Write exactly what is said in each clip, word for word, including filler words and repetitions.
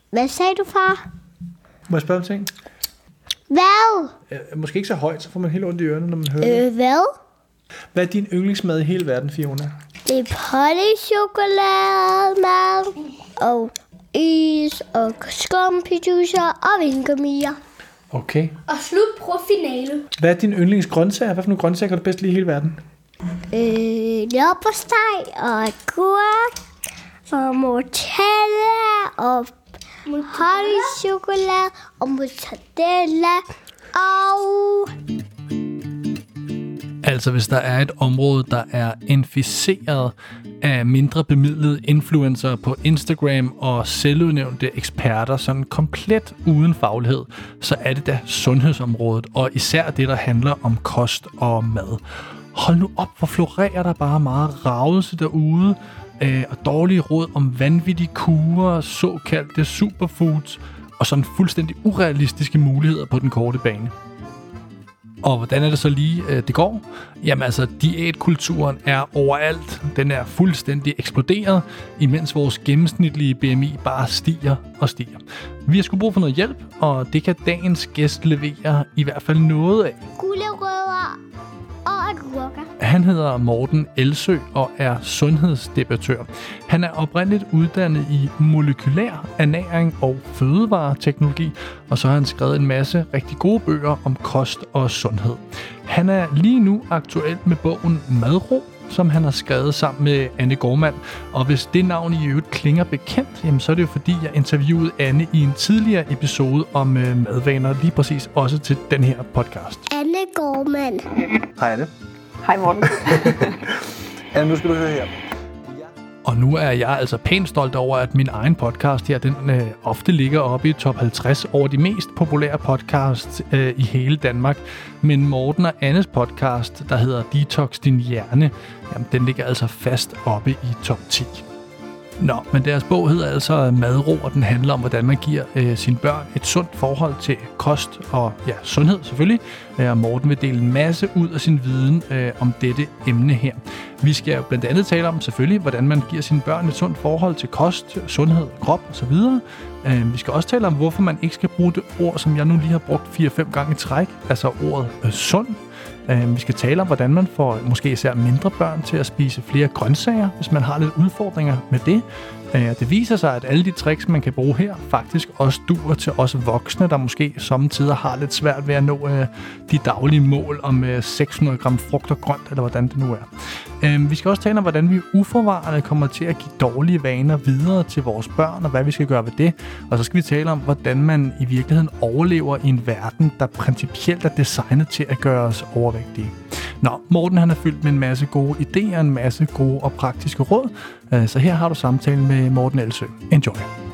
Hvad sagde du, far? Må jeg spørge om ting? Hvad? Øh, måske ikke så højt, så får man helt ondt i ørerne, når man hører Øh, hvad? Hvad er din yndlingsmad i hele verden, Fiona? Det er pålægchokolade, mad og is og skumpiduser og vingummier. Okay. Og slut på finale. Hvad er din yndlingsgrøntsager? Hvad for nogle grøntsager kan du bedst lide i hele verden? Øh, leverpostej og agurk og mortadella og pålægchokolade og mortadella og... Altså hvis der er et område, der er inficeret af mindre bemidlede influencer på Instagram og selvudnævnte eksperter, sådan komplet uden faglighed, så er det da sundhedsområdet, og især det, der handler om kost og mad. Hold nu op, hvor florerer der bare meget ravelse derude, øh, og dårlige råd om vanvittige kurer, såkaldte superfoods, og sådan fuldstændig urealistiske muligheder på den korte bane. Og hvordan er det så lige, øh, det går? Jamen altså, diætkulturen er overalt. Den er fuldstændig eksploderet, imens vores gennemsnitlige B M I bare stiger og stiger. Vi har sgu brug for noget hjælp, og det kan dagens gæst levere i hvert fald noget af. Gulerødder og agurker. Han hedder Morten Elsø og er sundhedsdebattør. Han er oprindeligt uddannet i molekylær ernæring og fødevareteknologi, og så har han skrevet en masse rigtig gode bøger om kost og sundhed. Han er lige nu aktuel med bogen Madro, som han har skrevet sammen med Anne Gormand. Og hvis det navn i øvrigt klinger bekendt, jamen så er det jo fordi, jeg interviewede Anne i en tidligere episode om øh, madvaner, lige præcis også til den her podcast. Anne Gormand. Hej Anne. Hej Morten. Anne, nu skal du høre her. Og nu er jeg altså pænt stolt over, at min egen podcast her, den øh, ofte ligger oppe i top halvtreds over de mest populære podcasts øh, i hele Danmark. Men Morten og Annes podcast, der hedder Detox Din Hjerne, jamen, den ligger altså fast oppe i top ti. Nå, men deres bog hedder altså Madro, og den handler om, hvordan man giver øh, sine børn et sundt forhold til kost og ja, sundhed selvfølgelig. Øh, og Morten vil dele en masse ud af sin viden øh, om dette emne her. Vi skal jo blandt andet tale om selvfølgelig, hvordan man giver sine børn et sundt forhold til kost, sundhed, krop osv. Øh, vi skal også tale om, hvorfor man ikke skal bruge det ord, som jeg nu lige har brugt fire fem gange i træk, altså ordet øh, sund. Uh, vi skal tale om, hvordan man får måske især mindre børn til at spise flere grøntsager, hvis man har lidt udfordringer med det. Uh, det viser sig, at alle de tricks, man kan bruge her, faktisk også duer til os voksne, der måske sommetider har lidt svært ved at nå uh, de daglige mål om uh, seks hundrede gram frugt og grønt, eller hvordan det nu er. Uh, vi skal også tale om, hvordan vi uforvarende kommer til at give dårlige vaner videre til vores børn, og hvad vi skal gøre ved det. Og så skal vi tale om, hvordan man i virkeligheden overlever i en verden, der principielt er designet til at gøre os overvægtige. Nå, Morten han er fyldt med en masse gode idéer, en masse gode og praktiske råd. Så her har du samtalen med Morten Elsø. Enjoy.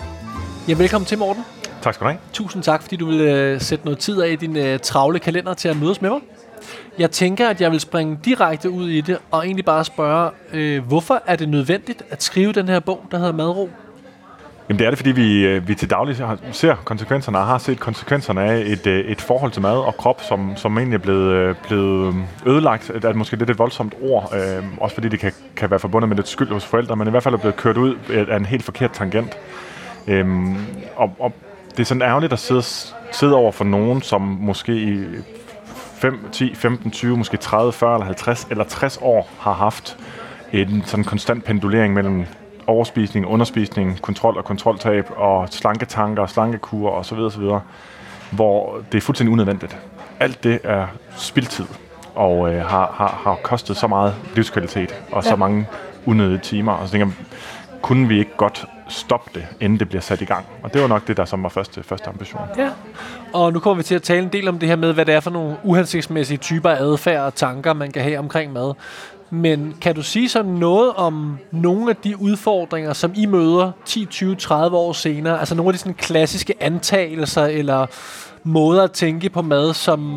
Ja, velkommen til, Morten. Tak skal du have. Tusind tak, fordi du vil uh, sætte noget tid af i din uh, travle kalender til at mødes med mig. Jeg tænker, at jeg vil springe direkte ud i det, og egentlig bare spørge, uh, hvorfor er det nødvendigt at skrive den her bog, der hedder Madro? Jamen det er det, fordi vi, vi til daglig ser konsekvenserne og har set konsekvenserne af et, et forhold til mad og krop, som, som egentlig er blevet, blevet ødelagt. Det er måske lidt et voldsomt ord, øh, også fordi det kan, kan være forbundet med lidt skyld hos forældre, men i hvert fald er blevet kørt ud af en helt forkert tangent. Øh, og, og det er sådan ærgerligt at sidde, sidde over for nogen, som måske i fem, ti, femten, tyve, måske tredive, fyrre eller halvtreds eller tres år har haft en sådan konstant pendulering mellem overspisning, underspisning, kontrol og kontroltab og slanketanker, slankekur og så videre, så videre, hvor det er fuldstændig unødvendigt. Alt det er spildtid og øh, har, har, har kostet så meget livskvalitet og ja. så mange unødige timer. Og så tænker jeg, kunne vi ikke godt stoppe det, inden det bliver sat i gang? Og det var nok det, der som var første, første ambition. Ja, og nu kommer vi til at tale en del om det her med, hvad det er for nogle uhensigtsmæssige typer af adfærd og tanker, man kan have omkring mad. Men kan du sige sådan noget om nogle af de udfordringer, som I møder ti, tyve, tredive år senere? Altså nogle af de sådan klassiske antagelser eller måder at tænke på mad, som,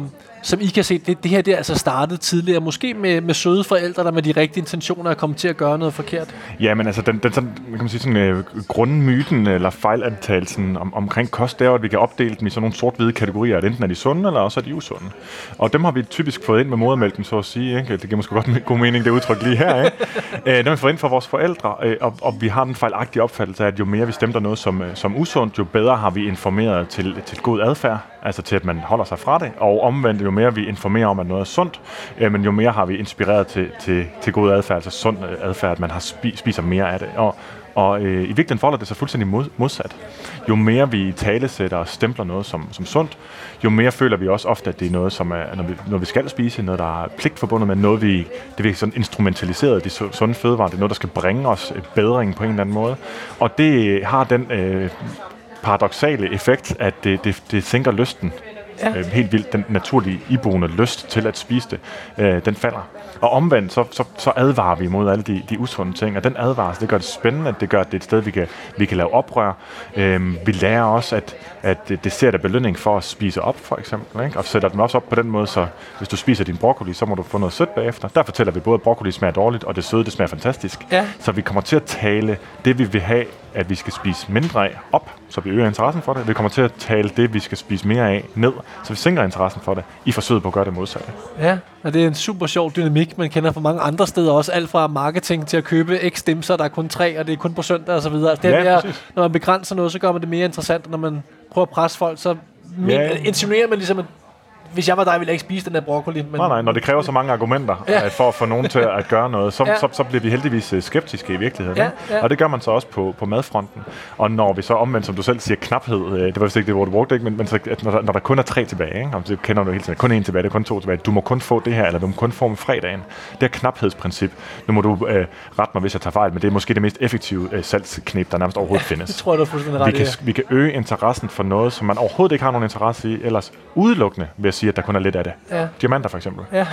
som I kan se, det, det her det er altså startet tidligere, måske med, med søde forældre, der med de rigtige intentioner er kommet til at gøre noget forkert? Ja, men altså, den, den sådan, kan man sige, sådan, øh, grundmyten eller fejlantagelsen om, omkring kost, det er jo, at vi kan opdele dem i sådan nogle sort-hvide kategorier, at enten er de sunde, eller også er de usunde. Og dem har vi typisk fået ind med modermælken, så at sige, ikke? Det giver måske godt god mening, det udtryk lige her, ikke? øh, dem har vi fået ind fra vores forældre, øh, og, og vi har den fejlagtige opfattelse af, at jo mere vi stemmer noget som, øh, som usundt, jo bedre har vi informeret til, til god adfærd, altså til, at man holder sig fra det, og omvendt, jo mere vi informerer om, at noget er sundt, øh, men jo mere har vi inspireret til, til, til god adfærd, altså sund adfærd, at man har spi, spiser mere af det. Og, og øh, i virkeligheden forholder det sig fuldstændig mod, modsat. Jo mere vi talesætter og stempler noget som, som sundt, jo mere føler vi også ofte, at det er noget, som er, når vi, når vi skal spise, noget, der er pligtforbundet med, noget vi, det vi sådan instrumentaliseret, de sunde fødevarer, det er noget, der skal bringe os bedring på en eller anden måde. Og det har den øh, paradoksale effekt, at det, det, det sænker lysten. Ja. Øh, helt vildt, den naturlige iboende lyst til at spise det, øh, den falder. Og omvendt, så, så, så advarer vi mod alle de, de usunde ting, og den advarsel, det gør det spændende, det gør, at det er et sted, vi kan, vi kan lave oprør. Øh, vi lærer også, at, at det ser der belønning for at spise op, for eksempel, ikke? Og sætter dem også op på den måde, så hvis du spiser din broccoli, så må du få noget sødt bagefter. Der fortæller vi både, at broccoli smager dårligt, og det søde, det smager fantastisk. Ja. Så vi kommer til at tale det, vi vil have, at vi skal spise mindre af, op, så vi øger interessen for det. Vi kommer til at tale det, vi skal spise mere af, ned, så vi sænker interessen for det, i forsøget på at gøre det modsatte. Ja, og det er en super sjov dynamik, man kender fra mange andre steder også, alt fra marketing til at købe x dimser, der er kun tre, og det er kun på søndag og så videre. Det er ja, mere, når man begrænser noget, så gør man det mere interessant, og når man prøver at presse folk, så men, ja. insinuerer man ligesom, at hvis jeg var dig, ville jeg ikke spise den der broccoli. Men nej, nej, når det kræver så mange argumenter ja. for at få nogen til at gøre noget, så, ja. så, så bliver vi heldigvis skeptiske i virkeligheden. Ja, ja. Og det gør man så også på, på madfronten. Og når vi så omvendt, som du selv siger, knaphed, det var vist ikke det, hvor du brugte, ikke? Men, men så, at når, der, når der kun er tre tilbage, ikke? Og det kender du hele tiden, kun en tilbage, det er kun to tilbage, du må kun få det her, eller du må kun få med fredagen. Det er knaphedsprincip. Nu må du øh, rette mig, hvis jeg tager fejl, men det er måske det mest effektive øh, salgsknep, der nærmest overhovedet ja, findes. Det tror jeg, du er fuldstændig ret vi kan, vi kan øge interessen for noget, som man overhovedet ikke har nogen interesse i, ellers udelukkende ved at sige, at der kun er lidt af det. Ja. Diamanter for eksempel. Ja.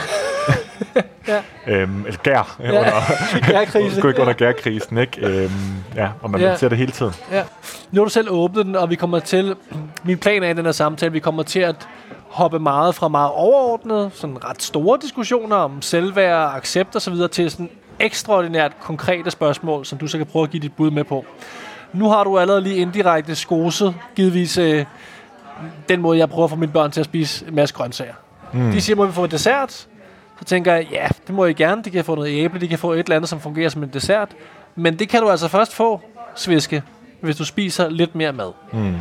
ja. Øhm, eller gær. Ja. Under, gærkrisen. Skulle ikke under gærkrisen, ikke? Øhm, ja, og man ja. ser det hele tiden. Ja. Nu har du selv åbnet den, og vi kommer til... Min plan er i den her samtale, vi kommer til at hoppe meget fra meget overordnet, sådan ret store diskussioner om selvværd, accept og så videre, til sådan ekstraordinært konkrete spørgsmål, som du så kan prøve at give dit bud med på. Nu har du allerede lige indirekte skoset, givetvis øh, den måde, jeg prøver at få mine børn til at spise en masse grøntsager. Mm. De siger, må vi få en dessert? Så tænker jeg, ja, det må I gerne. De kan få noget æble, de kan få et eller andet, som fungerer som en dessert. Men det kan du altså først få, Sviske, hvis du spiser lidt mere mad. Mm.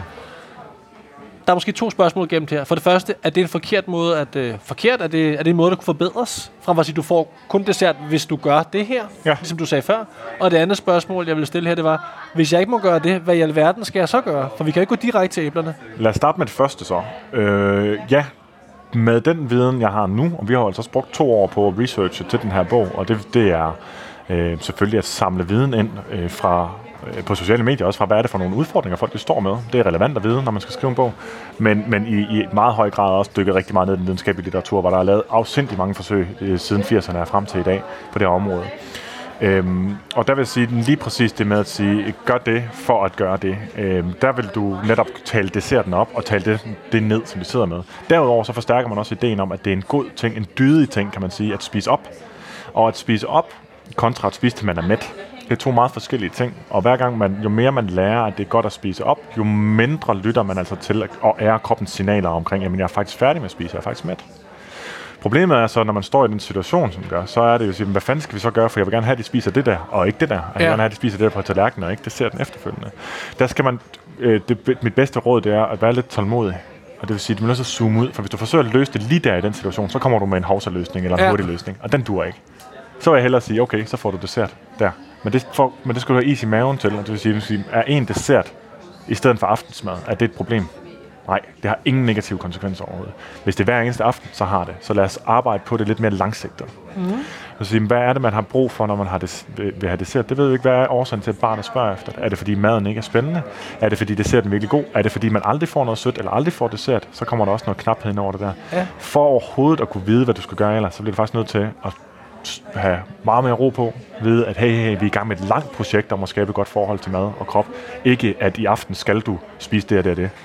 Der er måske to spørgsmål gennem her. For det første, er det en forkert måde at... Øh, forkert? Er det, er det en måde, der kunne forbedres? Fra at sige, du får kun dessert, hvis du gør det her, ja. Ligesom du sagde før. Og det andet spørgsmål, jeg ville stille her, det var, hvis jeg ikke må gøre det, hvad i alverden skal jeg så gøre? For vi kan ikke gå direkte til æblerne. Lad os starte med det første så. Øh, ja, med den viden, jeg har nu, og vi har altså også brugt to år på research til den her bog, og det, det er øh, selvfølgelig at samle viden ind øh, fra... på sociale medier også fra, hvad er det for nogle udfordringer, folk de står med. Det er relevant at vide, når man skal skrive en bog. Men, men i, i meget høj grad også dykket rigtig meget ned i den videnskabelige litteratur, hvor der er lavet afsindig mange forsøg øh, siden firserne og frem til i dag på det her område. Øhm, og der vil jeg sige, lige præcis det med at sige, gør det for at gøre det. Øhm, der vil du netop tale desserten op og tale det, det ned, som de sidder med. Derudover så forstærker man også ideen om, at det er en god ting, en dydig ting, kan man sige, at spise op. Og at spise op kontra at spise til man er mæt. Det er to meget forskellige ting, og hver gang man, jo mere man lærer, at det er godt at spise op, jo mindre lytter man altså til at ære kroppens signaler omkring, jamen jeg er faktisk færdig med at spise, jeg er faktisk mæt. Problemet er så, når man står i den situation, som gør, så er det jo at sige, hvad fanden skal vi så gøre, for jeg vil gerne have, at de spiser det der, og ikke det der. Jeg vil ja. gerne have, at de spiser det der på tallerkenen, og ikke det ser den efterfølgende. Der skal man, øh, det, mit bedste råd, det er at være lidt tålmodig. Og det vil sige, at du er nødt til at zoome ud, for hvis du forsøger at løse det lige der i den situation, så kommer du med en hovsaløsning eller en ja. hurtig løsning, og den duer ikke. Så vil jeg hellere sige, okay, så får du dessert der. Men det, for, men det skal du have is i maven til, og det vil sige, at er en dessert i stedet for aftensmad, er det et problem? Nej, det har ingen negative konsekvenser overhovedet. Hvis det er hver eneste aften, så har det. Så lad os arbejde på det lidt mere langsigtet. Mm. Så hvad er det, man har brug for, når man har des, vil have dessert? Det ved jo ikke, hvad er årsagen til, at barnet spørger efter det. Er det, fordi maden ikke er spændende? Er det, fordi desserten er virkelig god? Er det, fordi man aldrig får noget sødt, eller aldrig får dessert? Så kommer der også noget knaphed ind over det der. Ja. For overhovedet at kunne vide, hvad du skal gøre ellers, så bliver du faktisk nødt til at have meget mere ro på, vide, at hey, hey, vi er i gang med et langt projekt om at skabe et godt forhold til mad og krop. Ikke, at i aften skal du spise det og det og det.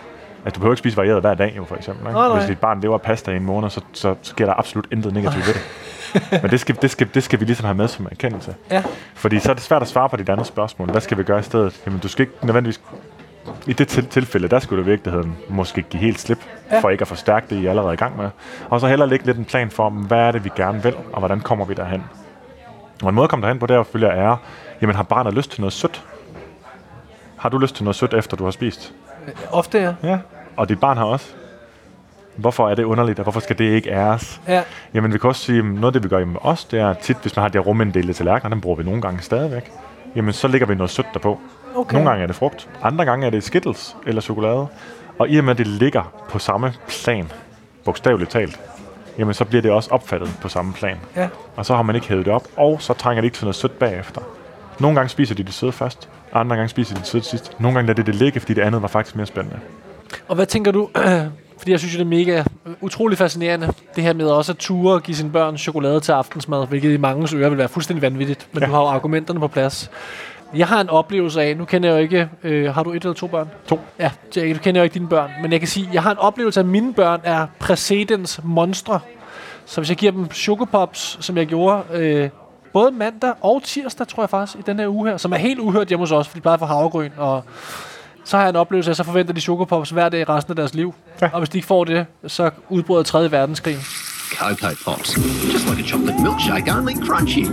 Altså, du behøver ikke spise varieret hver dag, jo, for eksempel. Ikke? Nej, nej. Hvis dit barn lever af pasta i en måned, så, så sker der absolut intet negativt ved det. Men det skal, det, skal, det skal vi ligesom have med som erkendelse. Ja. Fordi så er det svært at svare på dit andet spørgsmål. Hvad skal vi gøre i stedet? Jamen, du skal ikke nødvendigvis... I det til- tilfælde, der skulle du i virkeligheden måske give helt slip, ja. for ikke at forstærke det, I er allerede i gang med. Og så heller lægge lidt en plan for, hvad er det, vi gerne vil, og hvordan kommer vi derhen. Og en måde at komme derhen på, det er selvfølgelig er, jamen har barnet lyst til noget sødt? Har du lyst til noget sødt, efter du har spist? Ofte, ja. Ja. Og dit barn har også. Hvorfor er det underligt, og hvorfor skal det ikke æres? Ja. Jamen, vi kan også sige, noget af det, vi gør med os, det er tit, hvis man har de her ruminddelte tallerkener, dem bruger vi nogle gange stadigvæk. Jamen, så lægger vi noget sødt derpå. Okay. Nogle gange er det frugt, andre gange er det Skittles eller chokolade. Og i og med, at det ligger på samme plan, bogstaveligt talt, jamen, så bliver det også opfattet på samme plan. Ja. Og så har man ikke hævet det op, og så trænger det ikke til noget sødt bagefter. Nogle gange spiser de det søde først, andre gange spiser de det søde sidst. Nogle gange lader det det ligge, fordi det andet var faktisk mere spændende. Og hvad tænker du, fordi jeg synes jo, det er mega utrolig fascinerende, det her med også at ture og give sine børn chokolade til aftensmad, hvilket i manges ører vil være fuldstændig vanvittigt, men ja. Du har jo argumenterne på plads. Jeg har en oplevelse af, nu kender jeg jo ikke, øh, har du et eller to børn? To. Ja, du kender jo ikke dine børn, men jeg kan sige, jeg har en oplevelse af, at mine børn er præcedens monstre. Så hvis jeg giver dem chokopops, som jeg gjorde øh, både mandag og tirsdag, tror jeg faktisk, i den her uge her, som er helt uhørt hjemme hos os, for de plejer for havregryn, og så har jeg en oplevelse af, at så forventer de chokopops hver dag resten af deres liv. Ja. Og hvis de ikke får det, så udbryder tredje verdenskrig. Cocoa Pops. Just like a chocolate milkshake, only crunchy.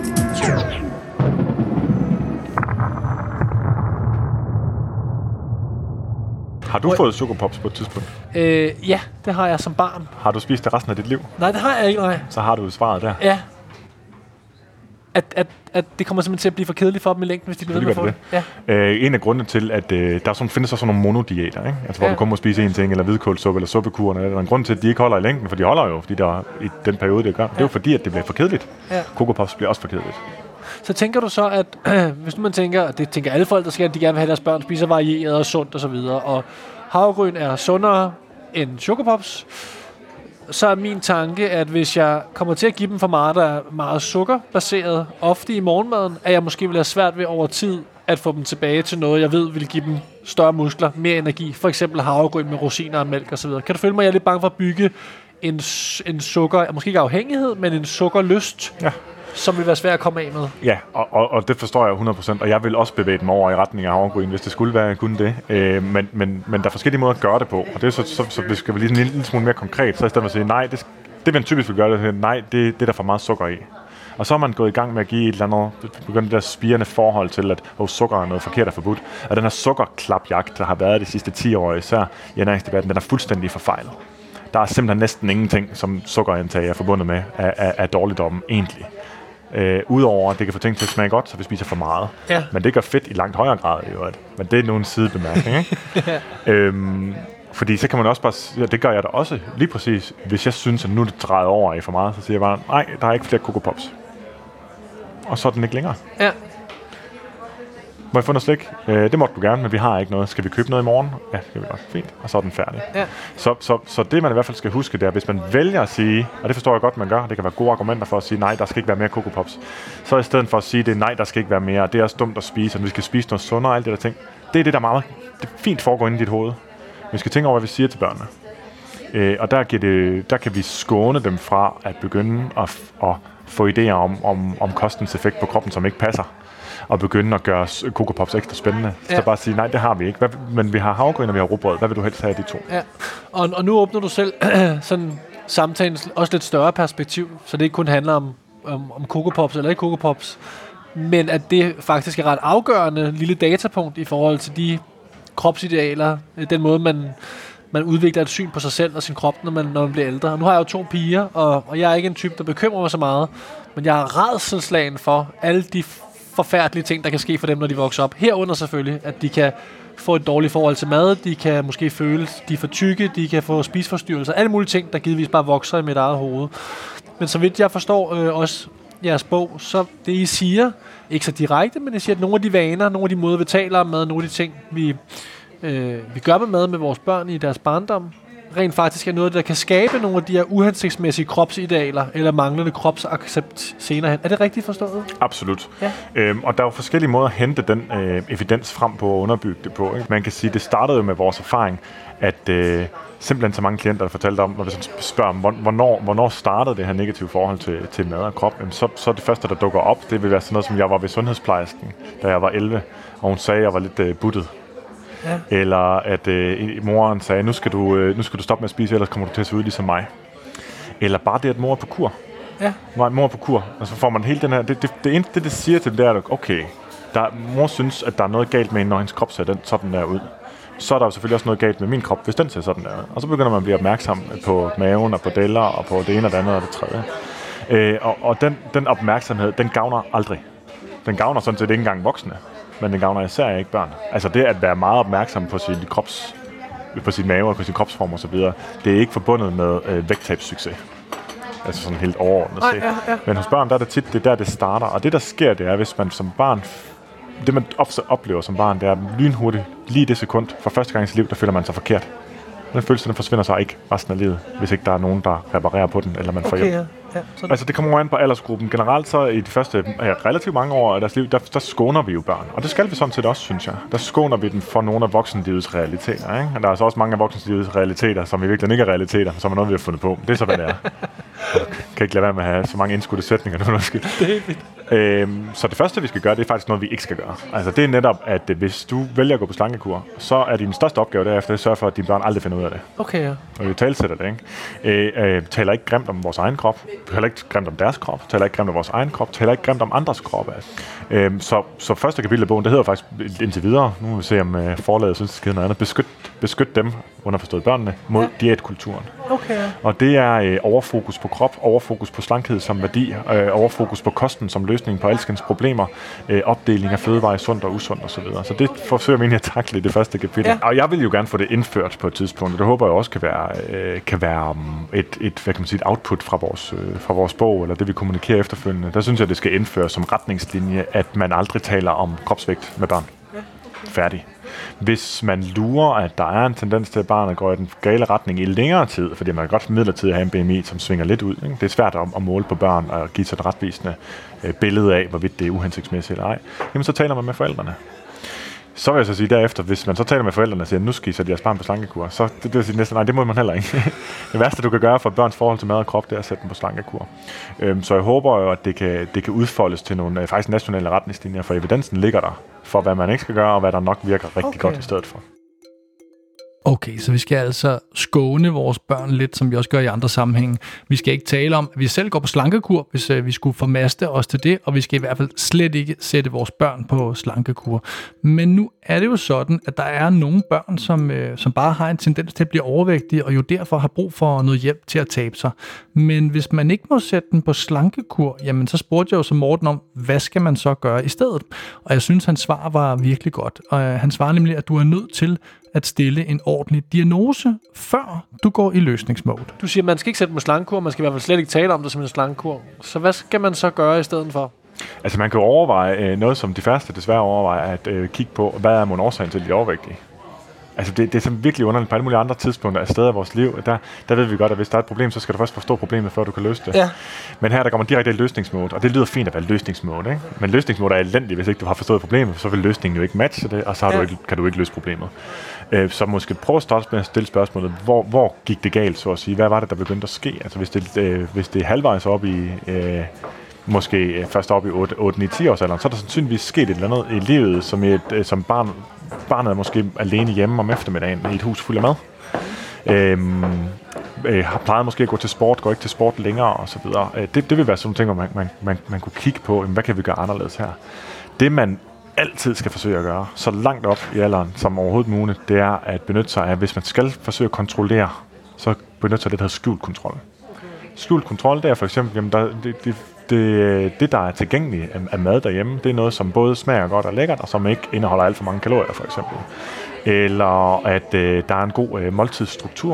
Har du fået chokopops på et tidspunkt? Øh, ja, det har jeg som barn. Har du spist det resten af dit liv? Nej, det har jeg ikke, nej. Så har du svaret der. Ja. At, at, at det kommer simpelthen til at blive for kedeligt for dem i længden, hvis de bliver ved med at få det. Ja. Øh, en af grundene til, at øh, der sådan, findes også sådan nogle monodiæter, ikke? Altså, hvor ja. du kun må spise en ting, eller hvidkålsuppe, eller suppekuren, eller en grund til, at de ikke holder i længden, for de holder jo, fordi der i den periode, det gør. Ja. Det er jo fordi, at det bliver for kedeligt. Ja. Cocopops bliver også for kedeligt. Så tænker du så, at øh, hvis nu man tænker, og det tænker alle folk, der skal, at de gerne vil have deres børn spiser varieret og sundt og så videre, og havregryn er sundere end chokopops, så er min tanke, at hvis jeg kommer til at give dem for meget, der er meget sukkerbaseret, ofte i morgenmaden, at jeg måske vil have svært ved over tid at få dem tilbage til noget, jeg ved vil give dem større muskler, mere energi. For eksempel havregryn med rosiner og mælk osv. Kan du følge mig? Jeg er lidt bange for at bygge en, en sukker, måske ikke afhængighed, men en sukkerlyst, ja. Som vil være svært at komme af med. Ja, og, og, og det forstår jeg hundrede procent, og jeg vil også bevæge dem over i retning af havregryn, hvis det skulle være kun det. Øh, men, men, men der er forskellige måder at gøre det på, og det er så, så, så vi skal lige en lille, lille smule mere konkret, så i stedet for at sige, nej, det, det vil typisk vil gøre det, nej, det, det er der for meget sukker i. Og så er man gået i gang med at give et eller andet, begyndt det der spirende forhold til, at oh, sukker er noget forkert og forbudt. Og den her sukkerklapjagt, der har været de sidste ti år, især i ernæringsdebatten, den er fuldstændig forfejlet. Der er simpelthen næsten ingenting, som sukkerindtag er forbundet med af, af, af dårligdom egentlig. Øh, Udover at det kan få ting til at smage godt, så vi spiser for meget. Ja. Men det gør fedt i langt højere grad, jo. Men det er nogle sidebemærkninger, ikke? ja. øhm, fordi så kan man også bare, ja, det gør jeg da også lige præcis, hvis jeg synes, at nu er det drejet over i for meget, så siger jeg bare, nej, der er ikke flere Cocopops. Og så er den ikke længere. Ja. Må jeg få noget slik? Øh, det måtte du gerne, men vi har ikke noget. Skal vi købe noget i morgen? Ja, det skal vi godt. Fint. Og så er den færdig. Ja. Så, så, så det, man i hvert fald skal huske, det er, hvis man vælger at sige, og det forstår jeg godt, man gør, det kan være gode argumenter for at sige, nej, der skal ikke være mere Cocopops. Så i stedet for at sige, det nej, der skal ikke være mere, det er også dumt at spise, og vi skal spise noget sundere og alt det der ting. Det er det, der meget det fint foregår inde i dit hoved. Vi skal tænke over, hvad vi siger til børnene. Øh, og der, det, der kan vi skåne dem fra at begynde at, at få idéer om, om, om kostens effekt på kroppen, som ikke passer. Og begynde at gøre Cocopops ekstra spændende. Ja. Så bare sige, nej, det har vi ikke. Hvad, men vi har havregryn, og vi har rugbrød. Hvad vil du helst have af de to? Ja. Og, og nu åbner du selv sådan samtalens også lidt større perspektiv, så det ikke kun handler om, om, om Cocopops eller ikke Cocopops, men at det faktisk er ret afgørende lille datapunkt i forhold til de kropsidealer, den måde, man, man udvikler et syn på sig selv og sin krop, når man, når man bliver ældre. Og nu har jeg jo to piger, og, og jeg er ikke en type, der bekymrer mig så meget, men jeg er rædselsslagen for alle de forfærdelige ting, der kan ske for dem, når de vokser op. Herunder selvfølgelig, at de kan få et dårligt forhold til mad, de kan måske føle, de er for tykke, de kan få spiseforstyrrelser, alle mulige ting, der givetvis bare vokser i mit eget hoved. Men så vidt jeg forstår øh, også jeres bog, så det I siger, ikke så direkte, men jeg siger, at nogle af de vaner, nogle af de måder, vi taler om mad, nogle af de ting, vi, øh, vi gør med mad med vores børn i deres barndom, rent faktisk er noget, der kan skabe nogle af de her uhensigtsmæssige kropsidealer eller manglende kropsaccept senere hen. Er det rigtigt forstået? Absolut. Ja. Øhm, og der er jo forskellige måder at hente den øh, evidens frem på og underbygge det på. Ikke? Man kan sige, det startede jo med vores erfaring, at øh, simpelthen så mange klienter, der fortalte om, når vi spørger om, hvornår, hvornår startede det her negative forhold til, til mad og krop, så, så det første, der dukker op, det vil være sådan noget, som jeg var ved sundhedsplejersken, da jeg var elleve, og hun sagde, at jeg var lidt øh, buttet. Ja. Eller at øh, moren sagde, nu skal, du, øh, nu skal du stoppe med at spise, ellers kommer du til at se ud ligesom mig. Eller bare det, at mor er på kur. Ja. Mor er på kur, og så får man hele den her, det, det, det eneste, det, det siger til dem, det er, at okay, der, mor synes, at der er noget galt med hende, når hendes krop ser den, sådan der ud. Så er der jo selvfølgelig også noget galt med min krop, hvis den ser sådan der ud. Og så begynder man at blive opmærksom på maven og på deller og på det ene og det andet og det tredje. Øh, og og den, den opmærksomhed, den gavner aldrig. Den gavner sådan set ikke engang voksne, men den gavner især ikke børn. Altså det at være meget opmærksom på sin krops, på sin mave og på sin kropsform og så videre, det er ikke forbundet med øh, vægttabssucces. Altså sådan helt overordnet set. Ja, ja. Men hos børn, der er det tit, det er der, det starter. Og det, der sker, det er, hvis man som barn, det man ofte oplever som barn, det er lynhurtigt, lige det sekund, for første gang i sit liv, der føler man sig forkert. Den følelse, den forsvinder så ikke resten af livet, hvis ikke der er nogen, der reparerer på den, eller man får okay, hjælp. Ja. Ja, altså det kommer an på aldersgruppen. Generelt så i de første ja, relativt mange år af deres liv, der, der skåner vi jo børn. Og det skal vi sådan set også, synes jeg. Der skåner vi dem for nogle af voksenlivets realiteter. Ikke? Og der er så også mange af voksenlivets realiteter, som i virkeligheden ikke er realiteter, som er noget, vi har fundet på. Det er så, hvad det er. Jeg kan ikke lade være med at have så mange indskudte sætninger nu. Det er helt vildt. Øhm, så det første, vi skal gøre, det er faktisk noget, vi ikke skal gøre. Altså det er netop, at hvis du vælger at gå på slankekur, så er din største opgave derefter at sørge for, at dine børn aldrig finder ud af det. Okay, ja. Og vi talsætter det, ikke? Øh, øh, taler ikke grimt om vores egen krop, taler ikke grimt om deres krop, taler ikke grimt om vores egen krop, taler ikke grimt om andres krop. Øh, så, så første kapitel af bogen, det hedder faktisk indtil videre, nu må vi se om øh, forlaget synes, det skal noget andet, beskyt, beskyt dem, underforstået børnene, mod ja. diætkulturen. Okay, ja. Og det er øh, overfokus på krop, overfokus på slankhed som værdi, øh, overfokus på kosten som løsning på alskens problemer, øh, opdeling af fødevarer i sundt og usundt osv. Så, så det forsøger vi egentlig at takle i det første kapitel. Ja. Og jeg vil jo gerne få det indført på et tidspunkt, og det håber jeg også kan være, øh, kan være um, et, et, hvad kan man sige, et output fra vores, øh, fra vores bog, eller det vi kommunikerer efterfølgende. Der synes jeg, det skal indføres som retningslinje, at man aldrig taler om kropsvægt med børn. Ja. Færdig. Hvis man lurer, at der er en tendens til, at barnet går i den gale retning i længere tid, fordi man kan godt midlertidigt have en B M I, som svinger lidt ud. Ikke? Det er svært at, at måle på børn og give sig et retvisende øh, billede af, hvorvidt det er uhensigtsmæssigt eller ej. Jamen så taler man med forældrene. Så vil jeg så sige derefter, hvis man så taler med forældrene og siger, nu skal I sætte jeres barn på slankekur, så det, det vil sige næsten, nej, det må man heller ikke. Det værste, du kan gøre for børns forhold til mad og krop, det er at sætte dem på slankekur. Øhm, så jeg håber jo, at det kan, det kan udfoldes til nogle øh, faktisk nationale retningslinjer, for evidensen ligger der for, hvad man ikke skal gøre, og hvad der nok virker rigtig okay. godt i stedet for. Okay, så vi skal altså skåne vores børn lidt, som vi også gør i andre sammenhænge. Vi skal ikke tale om, at vi selv går på slankekur, hvis øh, vi skulle formaste os til det, og vi skal i hvert fald slet ikke sætte vores børn på slankekur. Men nu er det jo sådan, at der er nogle børn, som, øh, som bare har en tendens til at blive overvægtige, og jo derfor har brug for noget hjælp til at tabe sig. Men hvis man ikke må sætte den på slankekur, jamen så spurgte jeg jo så Morten om, hvad skal man så gøre i stedet? Og jeg synes, hans svar var virkelig godt. Og øh, han svarer nemlig, at du er nødt til at stille en ordentlig diagnose, før du går i løsningsmode. Du siger, at man skal ikke sætte dem på slankekur, man skal i hvert fald slet ikke tale om det som en slankekur. Så hvad skal man så gøre i stedet for? Altså man kan jo overveje øh, noget, som de færreste desværre overvejer, at øh, kigge på, hvad er mon årsagen til, at de er overvægtige. Altså det, det er sådan virkelig underligt på alle mulige andre tidspunkter af steder i vores liv. Der, der ved vi godt, at hvis der er et problem, så skal du først forstå problemet, før du kan løse det. Ja. Men her der går man direkte i løsningsmode, og det lyder fint at være løsningsmode, ikke? Men løsningsmode er elendigt, hvis ikke du har forstået problemet, så vil løsningen jo ikke matche det, og så har ja. du ikke, kan du ikke løse problemet. Øh, så måske prøv at starte med at stille spørgsmålet, hvor, hvor gik det galt, så at sige? Hvad var det, der begyndte at ske? Altså hvis det, øh, hvis det er halvvejs op i... Øh, måske først op i otte ni ti års alderen, så er der sandsynligvis sket et eller andet i livet, som, et, som barn, barnet er måske alene hjemme om eftermiddagen i et hus fuld af mad. Øhm, øh, har plejet måske at gå til sport, går ikke til sport længere og så videre. Øh, det, det vil være sådan nogle ting, hvor man, man, man, man kunne kigge på, jamen, hvad kan vi gøre anderledes her? Det man altid skal forsøge at gøre, så langt op i alderen som overhovedet muligt, det er at benytte sig af, hvis man skal forsøge at kontrollere, så benytte sig af det, der hedder skjult kontrol. Skjult kontrol, det er for eksempel, jamen der, det, det, det, det, der er tilgængeligt af, af mad derhjemme, det er noget, som både smager godt og lækkert, og som ikke indeholder alt for mange kalorier, for eksempel. Eller at øh, der er en god øh, måltidsstruktur.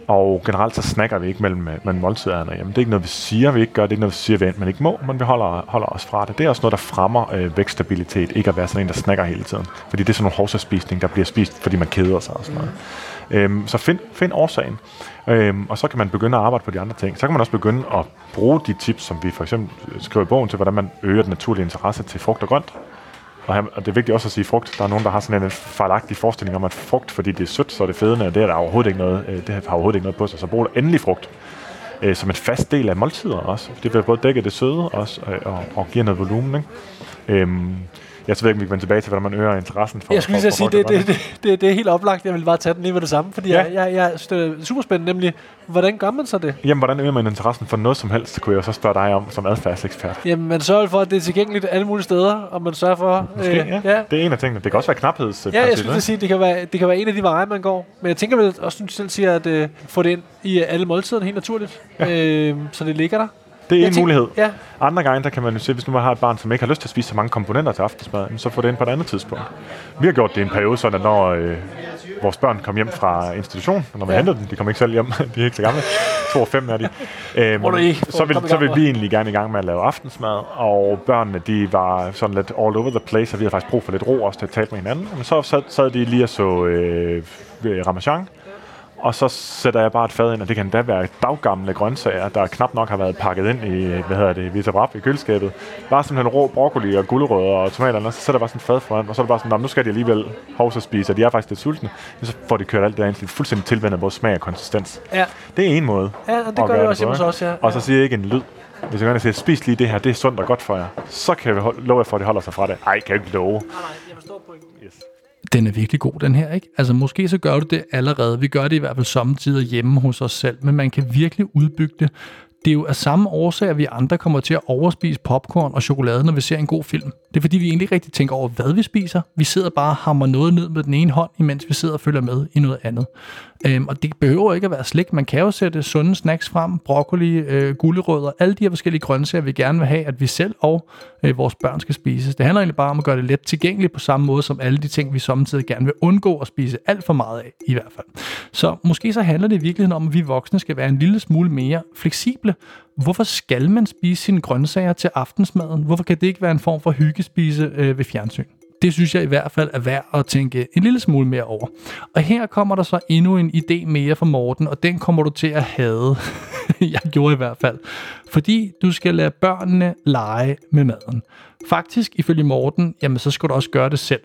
Og generelt så snakker vi ikke mellem, mellem måltiderne. Jamen, det er ikke noget, vi siger, vi ikke gør. Det er ikke noget, vi siger, man ikke må, men vi holder, holder os fra det. Det er også noget, der fremmer øh, vækststabilitet. Ikke at være sådan en, der snakker hele tiden. Fordi det er sådan nogle hovsaspisning, der bliver spist, fordi man keder sig og sådan noget. Mm. Øhm, så find, find årsagen. Øhm, og så kan man begynde at arbejde på de andre ting. Så kan man også begynde at bruge de tips, som vi for eksempel skriver i bogen til, hvordan man øger den naturlige interesse til frugt og grønt. Og det er vigtigt også at sige frugt. Der er nogen, der har sådan en fejlagtig forestilling om, at frugt, fordi det er sødt, så er det fedende, og det er der overhovedet ikke noget, det har overhovedet ikke noget på sig. Så brug endelig frugt øh, som en fast del af måltider også. Det vil både dække det søde også, øh, og, og give noget volumen, ikke? Øhm, Jeg ved ikke, om vi kan vende tilbage til, hvordan man øger interessen for. Jeg skulle lige sige, det, det, det, det, det er helt oplagt. Jeg vil bare tage den lige med det samme, fordi ja. jeg, jeg, jeg synes, det er super spændende, nemlig, hvordan gør man så det? Jamen, hvordan øger man interessen for noget som helst, det kunne jeg så spørge dig om som adfærdsekspert. Jamen, man sørger for, at det er tilgængeligt alle mulige steder, og man sørger for... Måske, øh, ja. ja. Det er en af tingene. Det kan også være knaphedsprincip. Ja, jeg skulle lige sige, det kan, være, det kan være en af de veje, man går. Men jeg tænker vel også, du selv siger, at øh, få det ind i alle måltiderne helt naturligt, ja. øh, så det ligger der. Det er jeg en tænker, mulighed. Ja. Andre gange, der kan man jo se, hvis nu man har et barn, som ikke har lyst til at spise så mange komponenter til aftensmad, så får det ind på et andet tidspunkt. Vi har gjort det i en periode, sådan at når øh, vores børn kom hjem fra institution, og når man ja. hentede dem, de kom ikke selv hjem, de er ikke så gamle, to og fem er de, øhm, så, vil, så vil vi egentlig gerne i gang med at lave aftensmad, og børnene, de var sådan lidt all over the place, og vi havde faktisk brug for lidt ro også til at tale med hinanden. Men så sad, sad de lige og så øh, Ramachan, og så sætter jeg bare et fad ind, og det kan da være daggamle grøntsager, der knap nok har været pakket ind i, hvad hedder det, Vita Brap i køleskabet. Bare simpelthen rå broccoli og gulerødder og tomater, og så sætter jeg bare sådan et fad foran, og så er det bare sådan, nu skal de alligevel hovse og spise, og de er faktisk lidt sultne. Men så får de kørt alt det der fuldstændig tilvænnet både smag og konsistens. Ja. Det er en måde. Ja, og det gør jeg også hjemme hos os, ja. Og så siger jeg ikke en lyd. Hvis jeg gerne siger, spis lige det her, det er sundt og godt for jer, så kan jeg love jer for, at de holder sig fra det. Ej, kan jeg ikke love. Nej, nej, jeg forstår pointen. Yes. Den er virkelig god, den her, ikke? Altså, måske så gør du det allerede. Vi gør det i hvert fald samtidig hjemme hos os selv, men man kan virkelig udbygge det. Det er jo af samme årsag, at vi andre kommer til at overspise popcorn og chokolade, når vi ser en god film. Det er fordi, vi egentlig ikke rigtig tænker over, hvad vi spiser. Vi sidder bare og hammer noget ned med den ene hånd, imens vi sidder og følger med i noget andet. Øhm, og det behøver ikke at være slik. Man kan jo sætte sunde snacks frem, broccoli, øh, gulerødder, alle de her forskellige grøntsager, vi gerne vil have, at vi selv og øh, vores børn skal spise. Det handler egentlig bare om at gøre det let tilgængeligt på samme måde som alle de ting, vi samtidig gerne vil undgå at spise alt for meget af, i hvert fald. Så måske så handler det i virkeligheden om, at vi voksne skal være en lille smule mere fleksible. Hvorfor skal man spise sine grøntsager til aftensmaden? Hvorfor kan det ikke være en form for hyggespise øh, ved fjernsyn? Det synes jeg i hvert fald er værd at tænke en lille smule mere over. Og her kommer der så endnu en idé mere fra Morten, og den kommer du til at hade. Jeg gjorde i hvert fald. Fordi du skal lade børnene lege med maden. Faktisk, ifølge Morten, jamen så skal du også gøre det selv.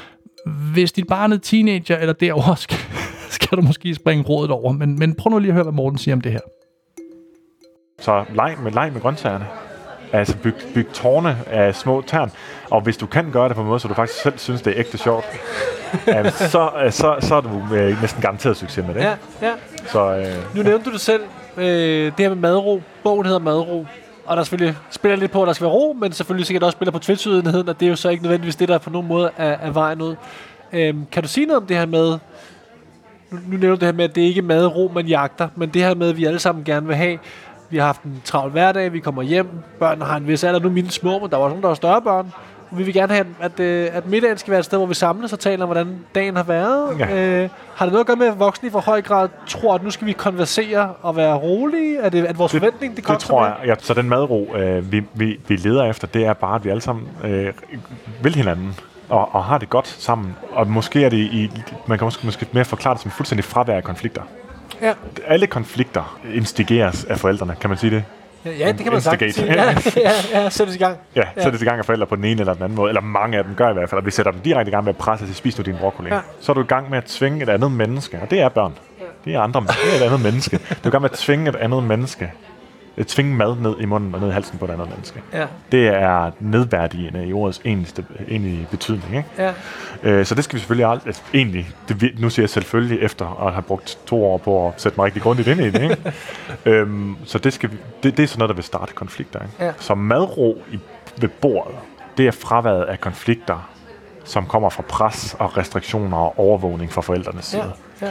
Hvis dit barn er teenager eller derovre, skal, skal du måske springe rådet over. Men, men prøv nu lige at høre, hvad Morten siger om det her. Så leg med, leg med grøntsagerne. Altså byg, byg tårne af små tern. Og hvis du kan gøre det på en måde, så du faktisk selv synes, det er ægte sjovt, um, så, så, så er du uh, næsten garanteret succes med det. Ja, ja. Så, uh, nu nævnte du det selv, øh, det her med madro. Bogen hedder Madro. Og der selvfølgelig spiller lidt på, at der skal være ro, men selvfølgelig sikkert også spiller på tvetydigheden, og det er jo så ikke nødvendigvis det, der på nogen måde er, er vejen ud. Øhm, kan du sige noget om det her med, nu, nu nævner du det her med, at det ikke er madro, man jagter, men det her med, at vi alle sammen gerne vil have. Vi har haft en travl hverdag, vi kommer hjem, børnene har en vis alder, nu mine små, men der var også nogen, der var større børn. Og vi vil gerne have, at, at middagen skal være et sted, hvor vi samles og taler om, hvordan dagen har været. Ja. Øh, har det noget at gøre med, at voksne i for høj grad tror, at nu skal vi konversere og være rolige? Er det at vores det, forventning, det kommer det tror jeg. Ja, så den madro, øh, vi, vi, vi leder efter, det er bare, at vi alle sammen øh, vil hinanden. Og, og har det godt sammen. Og måske er det i, man kan måske, måske mere forklare det som fuldstændig fravær af konflikter. Ja. Alle konflikter instigeres af forældrene, kan man sige det? Ja, det kan man sagt sige. Ja, ja, ja, sættes i gang. Ja, ja. sættes i gang af forældre på den ene eller den anden måde. Eller mange af dem gør i hvert fald. Og vi sætter dem direkte i gang med at presse til, spis nu din broccoli. Ja. Så er du i gang med at tvinge et andet menneske. Og det er børn. Det er andre. Det er et andet menneske. Du er i gang med at tvinge et andet menneske. At tvinge mad ned i munden og ned i halsen på et andet menneske. Ja. Det er nedværdigende i ordets egentlige, egentlige betydning. Ikke? Ja. Øh, så det skal vi selvfølgelig aldrig... Altså, egentlig, det, nu siger jeg selvfølgelig efter at have brugt to år på at sætte mig rigtig grundigt ind i det. Ikke? øhm, så det, skal vi, det, det er sådan noget, der vil starte konflikter. Ikke? Ja. Så madro i, ved bordet, det er fraværet af konflikter, som kommer fra pres og restriktioner og overvågning fra forældrenes side. Ja. Ja.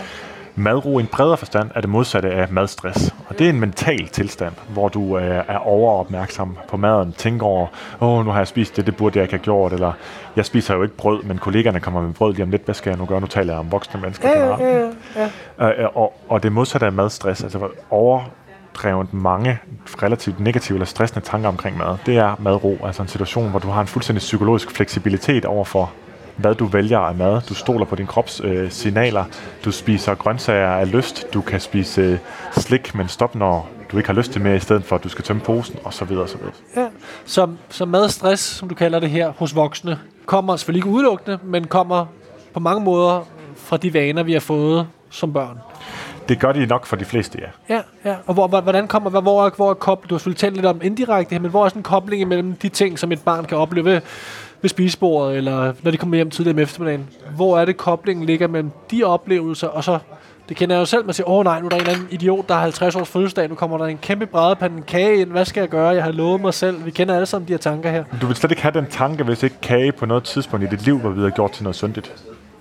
Madro i en bredere forstand er det modsatte af madstress. Og det er en mental tilstand, hvor du øh, er overopmærksom på maden, tænker over, åh, oh, nu har jeg spist det, det burde jeg ikke have gjort, eller jeg spiser jo ikke brød, men kollegerne kommer med brød lige om lidt, hvad skal jeg nu gøre? Nu taler jeg om voksne mennesker. Ja, ja, ja. Øh, og, og det modsatte af madstress, altså overdrevet mange relativt negative eller stressende tanker omkring mad, det er madro, altså en situation, hvor du har en fuldstændig psykologisk fleksibilitet overfor, hvad du vælger af mad. Du stoler på din krops øh, signaler. Du spiser grøntsager af lyst. Du kan spise øh, slik, men stop, når du ikke har lyst til mere, i stedet for, at du skal tømme posen, og så videre, og så videre. Ja. Så, så madstress, som du kalder det her, hos voksne, kommer selvfølgelig ikke udelukkende, men kommer på mange måder fra de vaner, vi har fået som børn. Det gør de nok for de fleste, ja. Ja, ja. Og hvor, hvordan kommer, hvor, hvor, er, hvor er koblet, du har selvfølgelig talt lidt om indirekte her, men hvor er sådan en kobling imellem de ting, som et barn kan opleve ved, ved spisebordet, eller når de kommer hjem tidligere om eftermiddagen? Hvor er det, koblingen ligger mellem de oplevelser, og så, det kender jeg jo selv, man siger, åh oh, nej, nu er der en eller anden idiot, der har halvtreds års fødselsdag, nu kommer der en kæmpe brædepande kage ind, hvad skal jeg gøre, jeg har lovet mig selv, vi kender alle sammen de her tanker her. Du vil slet ikke have den tanke, hvis ikke kage på noget tidspunkt i dit liv var blevet gjort til noget syndigt.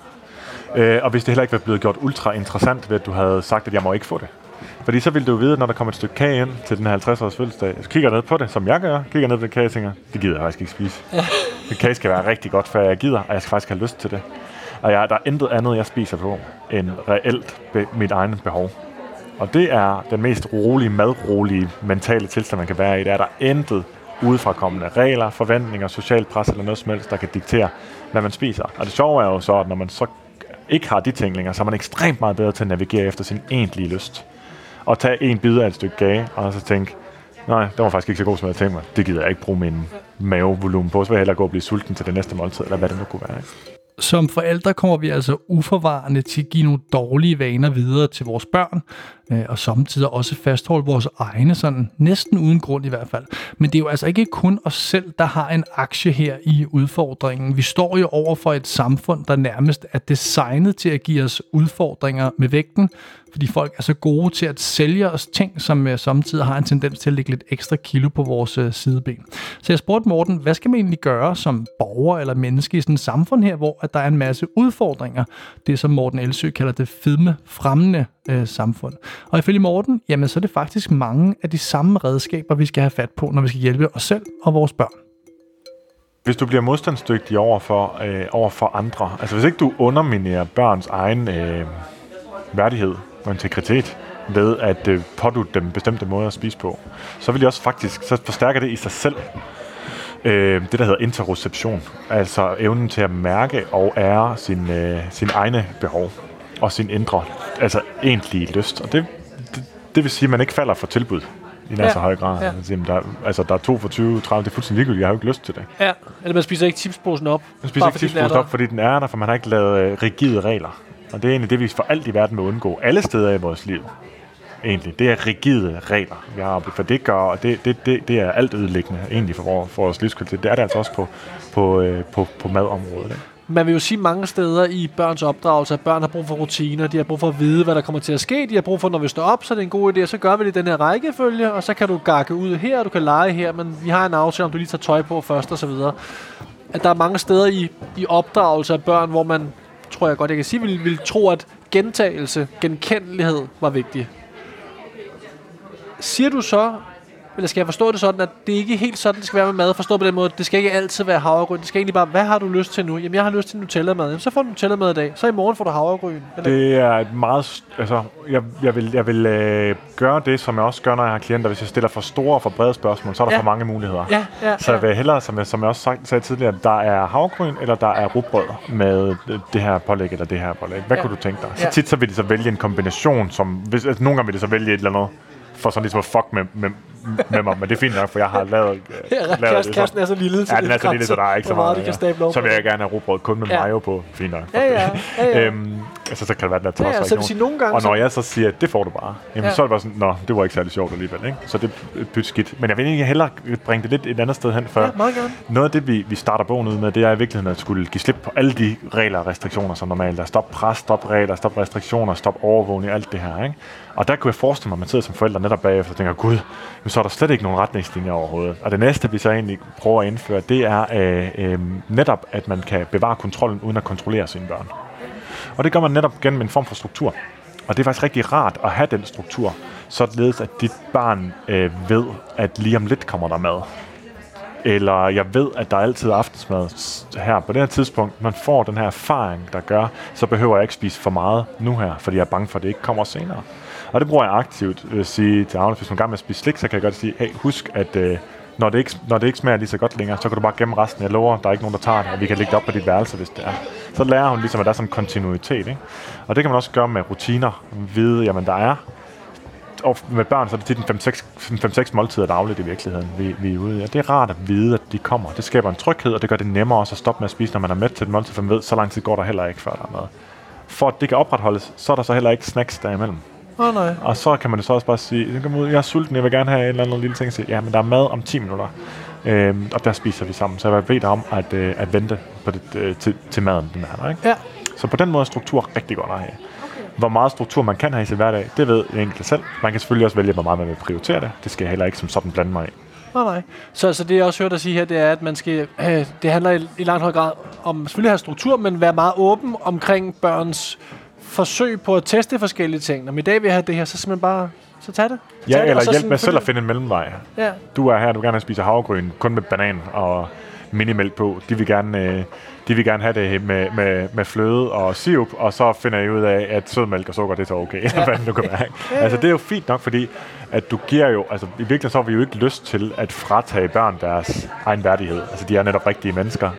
Øh, og hvis det heller ikke var blevet gjort ultra interessant ved, at du havde sagt, at jeg må ikke få det. Fordi så ville du jo vide, når der kommer et stykke kage ind til den her halvtreds års fødselsdag, så kigger jeg ned på det, som jeg gør, kigger ned på det kage og tænker, det gider jeg faktisk ikke spise. Ja. Det kage skal være rigtig godt, før jeg gider, og jeg skal faktisk have lyst til det. Og jeg, der er intet andet, jeg spiser på, end reelt be- mit eget behov. Og det er den mest rolige, madrolige mentale tilstand, man kan være i. Det er der intet udefrakommende regler, forventninger, social pres eller noget som helst, der kan diktere, hvad man spiser. Og det sjove er jo så, at når man så ikke har de ting længere, så er man ekstremt meget bedre til at navigere efter sin egentlige lyst. Og tage en bid af et stykke kage, og så tænke, nej, det var faktisk ikke så god, som jeg tænkte mig. Det gider jeg ikke bruge min mavevolumen på, så vil jeg hellere gå og blive sulten til det næste måltid, eller hvad det nu kunne være. Ikke? Som forældre kommer vi altså uforvarende til at give nogle dårlige vaner videre til vores børn, øh, og samtidig også fastholde vores egne, sådan næsten uden grund i hvert fald. Men det er jo altså ikke kun os selv, der har en aktie her i udfordringen. Vi står jo over for et samfund, der nærmest er designet til at give os udfordringer med vægten, fordi folk er så gode til at sælge os ting, som uh, samtidig har en tendens til at lægge lidt ekstra kilo på vores uh, sideben. Så jeg spurgte Morten, hvad skal man egentlig gøre som borger eller menneske i sådan et samfund her, hvor at der er en masse udfordringer? Det som Morten Elsø kalder det fedmefremmende uh, samfund. Og ifølge Morten, jamen så er det faktisk mange af de samme redskaber, vi skal have fat på, når vi skal hjælpe os selv og vores børn. Hvis du bliver modstandsdygtig over for, øh, over for andre, altså hvis ikke du underminerer børns egen øh, værdighed og integritet ved at øh, pådutte dem bestemte måder at spise på, så vil de også faktisk, så forstærker det i sig selv øh, det, der hedder interoception, altså evnen til at mærke og ære sin, øh, sin egne behov og sin indre, altså egentlige lyst. Og det, det, det vil sige, at man ikke falder for tilbud i nær så høj grad. Ja. Altså, der, altså, der er to for tyve, tredive, det er fuldstændig ligegyldigt. Jeg har jo ikke lyst til det. Ja, eller man spiser ikke chipsposen op. Man spiser ikke chipsposen op, fordi den er der, for man har ikke lavet øh, rigide regler. Og det er egentlig det, vi for alt i verden må undgå. Alle steder i vores liv, egentlig. Det er rigide regler, vi har. For det gør, og det, det, det, det er alt ødelæggende, egentlig, for vores, for vores livskvalitet. Det er det altså også på, på, øh, på, på madområdet. Ikke? Man vil jo sige mange steder i børns opdragelse, at børn har brug for rutiner, de har brug for at vide, hvad der kommer til at ske, de har brug for, når vi står op, så er det en god idé, og så gør vi det i den her rækkefølge, og så kan du gakke ud her, og du kan lege her, men vi har en aftale, om du lige tager tøj på først, og så videre. At der er mange steder i, i opdragelse af børn, hvor man, tror jeg godt, jeg kan sige, vil, vil tro, at gentagelse, genkendelighed var vigtig. Siger du så, eller skal jeg forstå det sådan, at det ikke helt sådan, det skal være med mad? Forstå på den måde, at det skal ikke altid være havregryn. Det skal egentlig bare, hvad har du lyst til nu? Jamen, jeg har lyst til Nutella-mad. Jamen, så får du Nutella-mad i dag. Så i morgen får du havregryn. Eller? Det er et meget... Altså, jeg, jeg vil, jeg vil øh, gøre det, som jeg også gør, når jeg har klienter. Hvis jeg stiller for store og for brede spørgsmål, så er der ja. for mange muligheder. Ja, ja, så jeg vil hellere, som jeg, som jeg også sagt, sagde tidligere, der er havregryn, eller der er rugbrød med det her pålæg, eller det her pålæg. Hvad ja. kunne du tænke dig? Så ja. tit så vil de så vælge en kombination, som... Hvis, altså, nogle gange vil de så vælge et eller andet, for sådan ligesom at fuck med, med, med mig, men det er fint nok, for jeg har lavet, øh, ja, lavet det. Kassen er så lille, så ja, den er så lille, så der er ikke så meget. Ja. Så vil jeg gerne have rugbrød kun med ja. mayo på. Fint nok. Ja, ja, ja, ja. øhm, altså, så kan det være, at der er ja, ja, så sige, nogle gange, og når jeg så siger, at det får du bare, jamen, ja. så er det bare sådan, nå, det var ikke særlig sjovt alligevel, ikke? Så det er pyt skidt. Men jeg vil egentlig hellere bringe det lidt et andet sted hen, for ja, meget gerne. Noget af det, vi, vi starter bogen ud med, det er i virkeligheden at skulle give slip på alle de regler og restriktioner, som normalt er. Stop pres, stop regler, stop restriktioner, stop overvågning, alt det her, ikke? Og der kunne jeg forestille mig, at man sidder som forældre netop bagefter og tænker, gud, men så er der slet ikke nogen retningslinjer overhovedet. Og det næste, vi så egentlig prøver at indføre, det er øh, øh, netop, at man kan bevare kontrollen uden at kontrollere sine børn. Og det gør man netop gennem en form for struktur. Og det er faktisk rigtig rart at have den struktur, således at dit barn øh, ved, at lige om lidt kommer der mad. Eller jeg ved, at der altid er aftensmad her på det her tidspunkt. Man får den her erfaring, der gør, så behøver jeg ikke spise for meget nu her, fordi jeg er bange for, at det ikke kommer senere. Og det bruger jeg aktivt at sige til Agnes, hvis hun er gang med at spise slik, så kan jeg godt sige, hey, husk, at øh, når, det ikke, når det ikke smager lige så godt længere, så kan du bare gemme resten. Jeg lover, der er ikke nogen, der tager det, og vi kan lægge det op på dit værelse, hvis det er. Så lærer hun ligesom, at der er sådan en kontinuitet, ikke? Og det kan man også gøre med rutiner. Vide, jamen der er, og med børn, så er det tit en fem seks måltider dagligt i virkeligheden, vi, vi er ude i. Og det er rart at vide, at de kommer. Det skaber en tryghed, og det gør det nemmere også at stoppe med at spise, når man er med til et måltid, for man ved, så lang tid går der heller ikke, før der er noget. For at det kan opretholdes, så er der så heller ikke snacks derimellem. Oh, nej. Og så kan man jo så også bare sige, jeg er sulten, jeg vil gerne have en eller anden lille ting. Sige, ja, men der er mad om ti minutter, øhm, og der spiser vi sammen. Så jeg vil bede dig om at, øh, at vente på det, øh, til, til maden, den her, ikke? Ja. Så på den måde er struktur rigtig godt at have. Hvor meget struktur man kan have i sin hverdag, det ved jeg enkelt selv. Man kan selvfølgelig også vælge, hvor meget man vil prioritere det. Det skal jeg heller ikke som sådan blande mig i. Nej, nej. Så, så det jeg også hørt dig sige her, det er, at man skal, øh, det handler i, i langt høj grad om selvfølgelig at have struktur, men være meget åben omkring børns forsøg på at teste forskellige ting. Når i dag vil jeg have det her, så simpelthen bare, så tag det. Ja, tag eller det, hjælp med selv at finde en mellemvej. Ja. Du er her, du vil gerne spise havregryn, kun med banan og minimælk på. De vil gerne, øh, de vil gerne have det med, med, med fløde og sirup, og så finder jeg ud af, at sødmælk og sukker, det er så okay. Ja. Hvad du kan være. Ja. Altså, det er jo fint nok, fordi at du giver jo, altså i virkeligheden så har vi jo ikke lyst til at fratage børn deres egen værdighed. Altså, de er netop rigtige mennesker.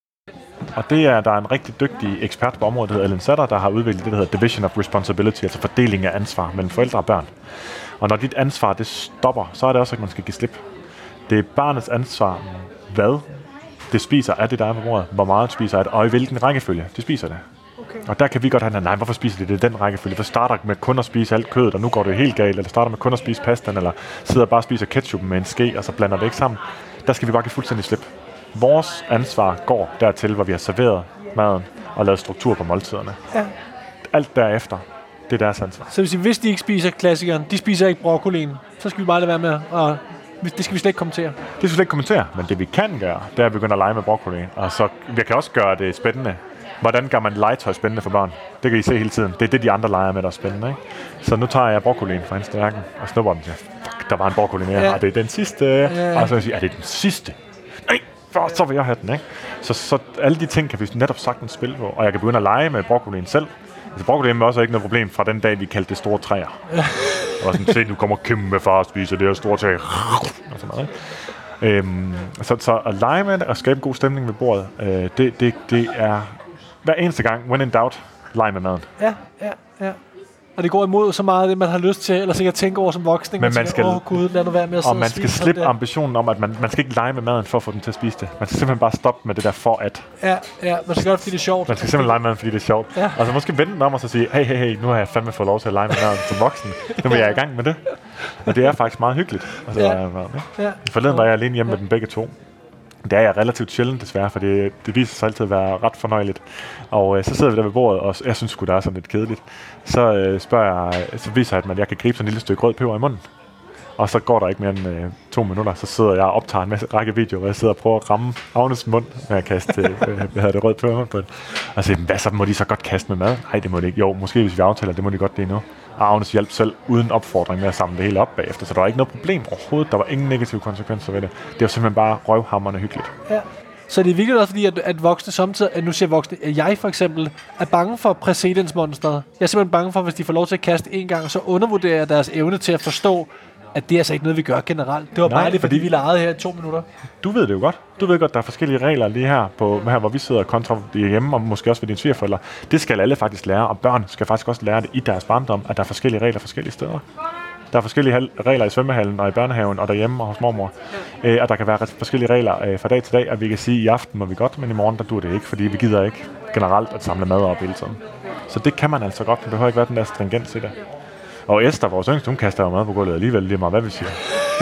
Og det er, der er en rigtig dygtig ekspert på området, der hedder Ellen Satter, der har udviklet det, der hedder Division of Responsibility, altså fordeling af ansvar mellem forældre og børn. Og når dit ansvar, det stopper, så er det også, at man skal give slip. Det er barnets ansvar, hvad det spiser, er det, der er på bordet, hvor meget spiser det, og i hvilken rækkefølge det spiser det. Okay. Og der kan vi godt have, nej, hvorfor spiser det, det er den rækkefølge? For starter med kun at spise alt kødet, og nu går det helt galt, eller starter med kun at spise pastaen, eller sidder bare og spiser ketchup med en ske, og så blander det ikke sammen. Der skal vi bare give fuldstændig slip. Vores ansvar går dertil, hvor vi har serveret maden og lavet struktur på måltiderne. Ja. Alt derefter, det er deres ansvar. Så hvis, hvis de ikke spiser klassikeren, de spiser ikke broccolien, så skal vi bare lade være med, og det skal vi slet ikke kommentere. Det skal vi slet ikke kommentere, men det vi kan gøre, det er at begynde at lege med broccoli. Og så jeg kan også gøre det spændende. Hvordan gør man legetøj spændende for børn? Det kan I se hele tiden. Det er det, de andre leger med, der er spændende, ikke? Så nu tager jeg broccolien fra hendes tallerken og snupper den til. Fuck, der var en broccoli mere, ja. Og det er den sidste. Ja. Og så vil jeg sige, er det den sidste? Nej, for, så vil jeg have den, ikke? Så, så alle de ting kan vi netop sagtens spille på. Og jeg kan begynde at lege med broccolien selv. Altså broccolien er også ikke noget problem fra den dag, vi kaldte det store træer. Ja. Og sådan, se, nu kommer kæmpe far og spiser det her store træ. Og sådan noget, ikke? Øhm, så, så at lege med det og skabe god stemning ved bordet, øh, det, det, det er hver eneste gang, when in doubt, lege med maden. Ja, ja, ja. Og det går imod så meget af det, man har lyst til, eller sikkert tænke over som voksne. Men man skal, åh gud, lad nu være med at sidde og man skal slippe ambitionen om, at man, man skal ikke lege med maden for at få den til at spise det. Man skal simpelthen bare stoppe med det der for at. Ja, ja, man skal gøre det, fordi det er sjovt. Man skal simpelthen lege med maden, fordi det er sjovt. Ja. Og så måske vende den om og så sige, hey, hey, hey, nu har jeg fandme fået lov til at lege med maden som voksen. Nu vil jeg i gang med det. Og det er faktisk meget hyggeligt. Og så ja. Jeg, ja. Forleden var jeg alene hjemme ja. Med dem begge to. Det er jeg relativt sjældent desværre, for det, det viser sig altid at være ret fornøjeligt. Og øh, så sidder vi der ved bordet, og jeg synes sgu, der er sådan lidt kedeligt. Så øh, spørger jeg, så viser jeg, at jeg kan gribe sådan en lille stykke rød peber i munden. Og så går der ikke mere end øh, to minutter, så sidder jeg og optager en masse række videoer, hvor jeg sidder og prøver at ramme Agnes mund med at kaste øh, hvad hedder det, rød peber på den. Og så siger, hvad så må de så godt kaste med mad? Nej, det må de ikke. Jo, måske hvis vi aftaler, det må de godt det nu. Og Agnes hjalp selv uden opfordring med at samle det hele op bagefter, så der var ikke noget problem overhovedet. Der var ingen negative konsekvenser ved det. Det var simpelthen bare røvhamrende hyggeligt. Ja. Så det er virkelig også fordi, at, at voksne samtidig, at nu siger voksne, at jeg for eksempel er bange for præcedensmonsteret. Jeg er simpelthen bange for, hvis de får lov til at kaste en gang, så undervurderer jeg deres evne til at forstå, at det er altså ikke noget, vi gør generelt. Det var Nej, bare det, fordi, fordi vi legede her i to minutter. Du ved det jo godt. Du ved godt, der er forskellige regler lige her, på, her hvor vi sidder kontra hjemme, og måske også ved dine svigerforældre. Det skal alle faktisk lære, og børn skal faktisk også lære det i deres barndom, at der er forskellige regler forskellige steder. Der er forskellige regler i svømmehallen og i børnehaven og derhjemme og hos mormor. Ja. Øh, og der kan være forskellige regler øh, fra dag til dag, og vi kan sige, at i aften må vi godt, men i morgen der dur det ikke, fordi vi gider ikke generelt at samle mad op hele tiden. Så det kan man altså godt. Det behøver ikke være den der stringens i det. Og Esther, vores yngste, hun kaster jo mad på gulvet alligevel lige meget, hvad vi siger.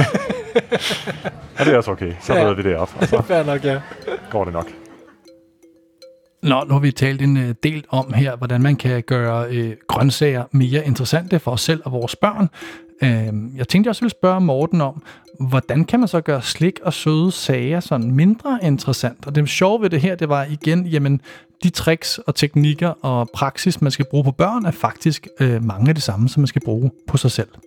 Og det er også okay. Så rydder ja. Vi det op, og så Fair nok, ja. går det nok. Nå, nu har vi talt en uh, del om her, hvordan man kan gøre uh, grøntsager mere interessante for os selv og vores børn. Uh, jeg tænkte, jeg også ville spørge Morten om, hvordan kan man så gøre slik og søde sager sådan mindre interessant? Og det sjove ved det her, det var igen, jamen, de tricks og teknikker og praksis, man skal bruge på børn, er faktisk øh, mange af det samme, som man skal bruge på sig selv.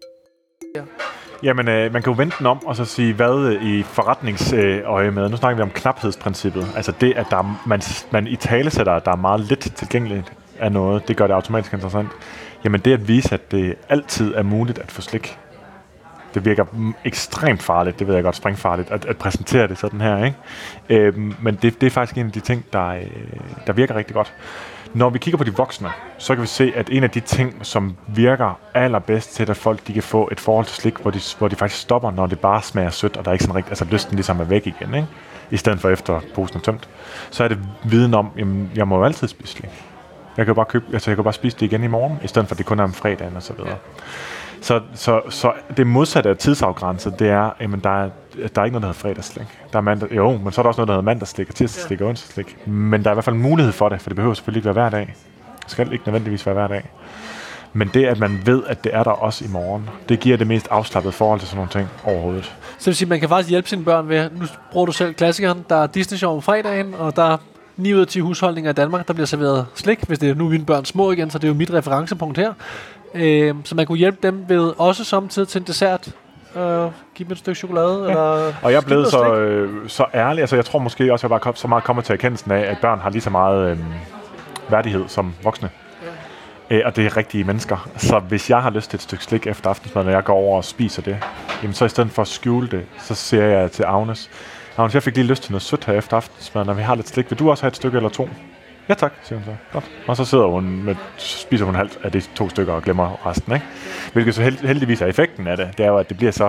Jamen, øh, man kan jo vente den om og så sige, hvad i forretningsøje med. Nu snakker vi om knaphedsprincippet. Altså det, at der er, man, man i talesætter, der er meget lidt tilgængeligt af noget, det gør det automatisk interessant. Jamen det at vise, at det altid er muligt at få slik. Det virker ekstremt farligt, det ved jeg godt, springfarligt, at, at præsentere det sådan her, ikke? Øhm, men det, det er faktisk en af de ting, der, øh, der virker rigtig godt. Når vi kigger på de voksne, så kan vi se, at en af de ting, som virker allerbedst til, at folk de kan få et forhold til slik, hvor de, hvor de faktisk stopper, når det bare smager sødt, og der er ikke sådan rigtig, altså lysten ligesom er væk igen, ikke? I stedet for efter posen er tømt, så er det viden om, jamen, jeg må jo altid spise slik. Jeg kan jo bare købe, altså jeg kan bare spise det igen i morgen, i stedet for at det kun er om fredagen og så videre. Så, så, så det modsatte af tidsafgrænset, det er, jamen der er, der er ikke noget, der hedder fredagsslik. Der er mandag, jo, men så er der også noget, der hedder mandagsslik og tirsdagsslik og onsdagsslik. Men der er i hvert fald mulighed for det, for det behøver selvfølgelig ikke være hver dag. Det skal ikke nødvendigvis være hver dag. Men det, at man ved, at det er der også i morgen, det giver det mest afslappede forhold til sådan nogle ting overhovedet. Så det vil sige, at man kan faktisk hjælpe sine børn ved, nu bruger du selv klassikeren, der er Disney Show om fredagen, og der er ni ud af ti husholdninger i Danmark, der bliver serveret slik. Hvis det er nu mine børn små igen, så det er jo mit referencepunkt her. Øh, så man kunne hjælpe dem ved også samtidig til en dessert. Øh, give dem et stykke chokolade. Ja. Eller og jeg er blevet så, øh, så ærlig. Altså, jeg tror måske også, at jeg bare så meget kommer til erkendelsen af, at børn har lige så meget øh, værdighed som voksne. Ja. Øh, og det er rigtige mennesker. Så hvis jeg har lyst til et stykke slik efter aftensmad, når jeg går over og spiser det, jamen, så i stedet for at skjule det, så siger jeg til Agnes, Agnes, jeg fik lige lyst til noget sødt her efter aftensmad, når vi har lidt slik. Vil du også have et stykke eller to? Ja tak, siger hun så. Godt. Og så sidder hun med, spiser hun halvt af de to stykker og glemmer resten, ikke? Hvilket så held, heldigvis er effekten af det, det er jo, at det bliver så